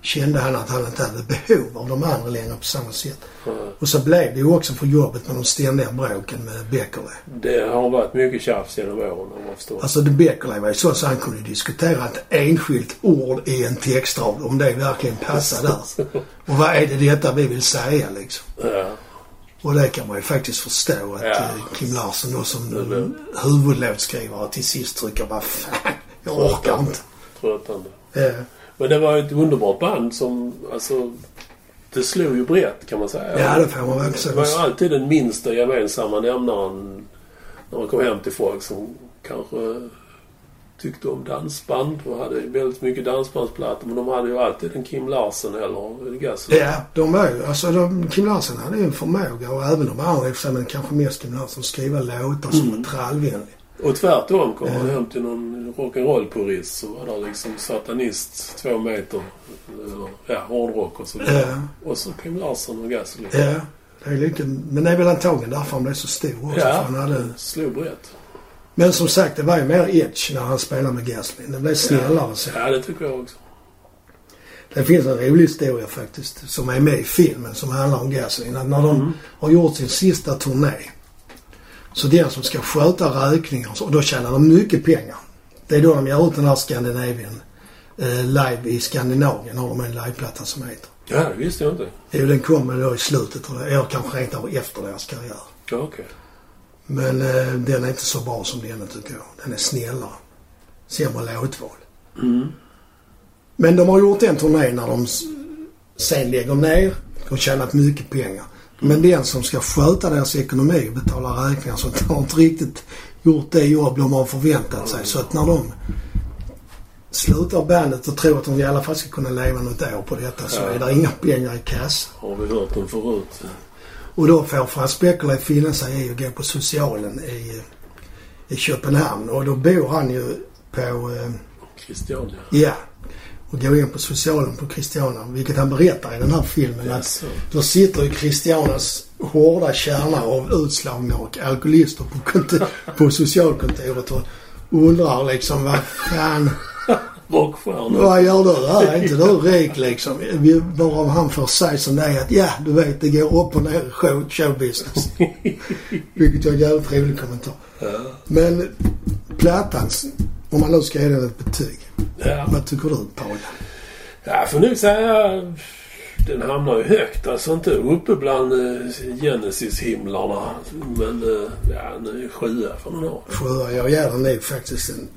kände han att han inte hade behov av de andra längre på samma sätt. Mm. Och så blev det ju också för jobbet med de ständiga bråken med Beckerley. Det har varit mycket tjafs genom åren, om jag förstår. Alltså det Beckerley var ju så att han kunde diskutera ett enskilt ord i en textrad om det verkligen passar där. Och vad är det detta vi vill säga liksom? Ja. Och det kan man ju faktiskt förstå att Ja. Kim Larsen då som huvudlåtskrivare till sist trycker bara fan, jag orkar inte. Tröttande. Ja. Men det var ett underbart band som, alltså, det slog ju brett kan man säga. Ja, det får man väl Det var ju säga. alltid den minsta gemensamma nämnaren när man kom hem till folk som kanske tyckte om dansband och hade väldigt mycket dansbandsplattor, men de hade ju alltid en Kim Larsen eller Gasoline. Ja, de var ju, alltså de, Kim Larsen hade ju en förmåga och även de andra i och för sig, men kanske mest Kim Larsen skriva låtar som Mm. var trallvänliga. Och tvärtom kom man Ja. hem till någon rock'n'roll-purist så var det liksom satanist två meter eller, ja, hårdrock och så vidare. Ja. Och så Kim Larsen och Gasoline. Ja, det är lite, men det är väl antagligen därför han blev så stor också. Ja, För han hade, slog brett. men som sagt, det var ju mer edge när han spelade med Gasoline. Det blev snällare så. Ja, det tycker jag också. Det finns en rolig historia faktiskt som är med i filmen som handlar om Gasoline. Att när de Mm. har gjort sin sista turné så den som ska sköta räkningar och så, och då tjänar de mycket pengar. Det är då de gör ut den här Scandinavian eh, live i Skandinavien har de en liveplatta som heter. Ja, det visste jag inte. Jo, den kommer då i slutet eller kanske rent av efter deras karriär. Ja, okej. Men eh, den är inte så bra som den tycker jag. Den är snällare. Sämre låtval. Mm. Men de har gjort en turné när de s- sen lägger ner och tjänat mycket pengar. Men den som ska sköta deras ekonomi och betala räkningar så har inte riktigt gjort det jobb de har förväntat sig. Så att när de slutar bandet och tror att de i alla fall ska kunna leva något år på detta så Ja. är det inga pengar i kassan. Har vi hört dem förut? Och då får Frans Beckerley finna sig i att gå på socialen i, i Köpenhamn. Och då bor han ju på, eh, Christiania. ja, och går in på socialen på Christiania. Vilket han berättar i den här filmen. Att Jaså. då sitter ju Christianas hårda kärna av utslagna och alkoholister på, kontor, på socialkontoret och undrar liksom vad fan, Rockstjärnor. vad gör du här? Är inte du rik liksom? Vi- Varav han får säga som det är att ja, du vet det går upp och ner i show, showbusiness. Vilket är en jävligt trevlig kommentar. Ja. Men plattan, om man nu ska ge den ett betyg. Ja. Vad tycker du, Paul? Jag får nu säga den hamnar ju högt. Alltså inte uppe bland uh, Genesis-himlarna. Men uh, ja, en uh, sjua för någon år. Sjua, jag ger den nog faktiskt en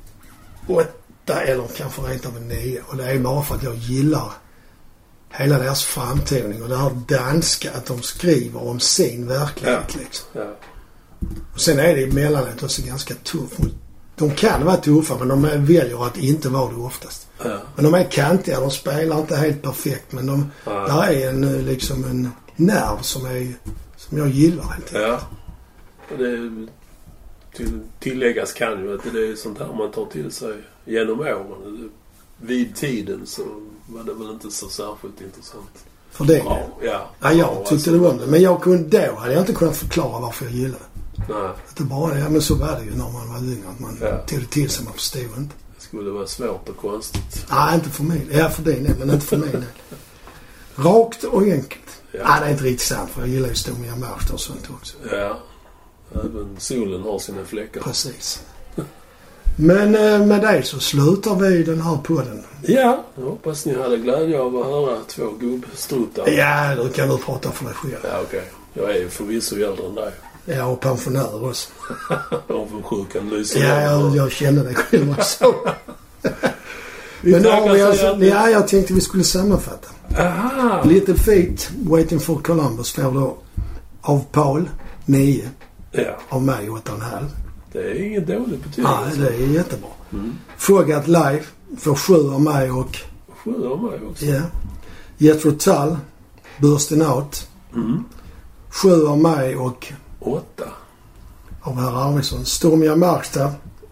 åtta eller kanske rent av en nio. Och det är bara för att jag gillar hela deras framtoning och det här danska att de skriver om sin verklighet Ja. liksom. Ja. Och sen är det emellanåt också ganska tufft. De kan vara tuffa men de väljer att inte vara det oftast. Ja. Men de är kantiga, de spelar inte helt perfekt men de, Ja. där är en eh, liksom en nerv som är som jag gillar helt enkelt. Ja. Och det till, tilläggas kan ju att det är sånt här man tar till sig genom åren. Vid tiden så var det väl inte så särskilt intressant. För det. Ja, ja. Ja, jag tyckte det var det. Men jag kunde då hade jag inte kunnat förklara varför jag gillade det. Nej, Att det bara, ja men så var det ju när man var yngre. Att man Ja. tog det till sig, man förstod inte. det skulle vara svårt och konstigt. Nej, inte för mig. Ja, för din del, men inte för mig. Nej. Rakt och enkelt. Ja. Ja. Det är inte riktigt sant för jag gillar ju Stormia Märsta och sånt också. Ja. Även solen har sina fläckar. Precis. Men eh, med det så slutar vi den här podden. Ja, jag hoppas ni hade glädje av att höra två gubbstruttar. Ja, då kan du prata för dig själv. Ja, okej. Jag är ju förvisso äldre än dig. Ja, och pensionär också. Avundsjukan lyser. Ja, jag, jag kände det själv också. Vi Men då tackar har vi så alltså, hjärtligt. ja, jag tänkte vi skulle sammanfatta. Aha! Little Feet, Waiting for Columbus får då av Paul nio, Ja, av mig åtta och en halv. det är inget dåligt betyg. Nej, det är jättebra. Mm. Forgot Live får sju av mig och Sju av mig också. ja. Jethro Tull, Bursting Out, Mm. sju av mig och Åtta. av herr Arvidsson. Stormia Markstad,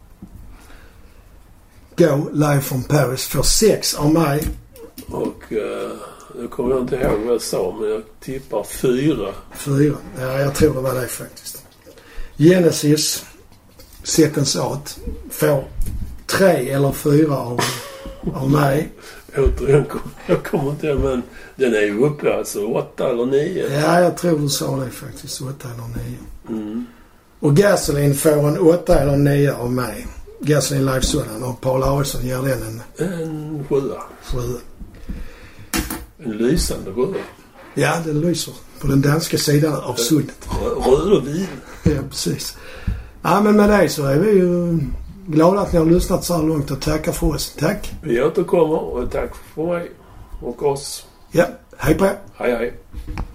Go Live from Paris får sex av mig. Och eh, nu kommer jag inte ihåg vad jag sa, men jag tippar fyra. Fyra. Ja, jag tror det var det faktiskt. Genesis, Second Out, får tre eller fyra av, av mig. återigen, jag kommer inte ihåg, men den är ju uppe alltså åtta eller nio. Ja, jag tror du sa det faktiskt. Åtta eller nio. Mm. Och Gasoline får en åtta eller nio av mig. Gasoline Live sådan. Och Paul Arvidsson ger den en... En sjua. Sjua. En lysande sjua. Ja, den lyser på den danska sidan av sundet. Röd och vin. Ja, precis. Ja, men med det så är vi ju glada att ni har lyssnat så här långt och tackar för oss. Tack. Vi återkommer och tack för mig och oss. Ja, hej på er. Hej hej.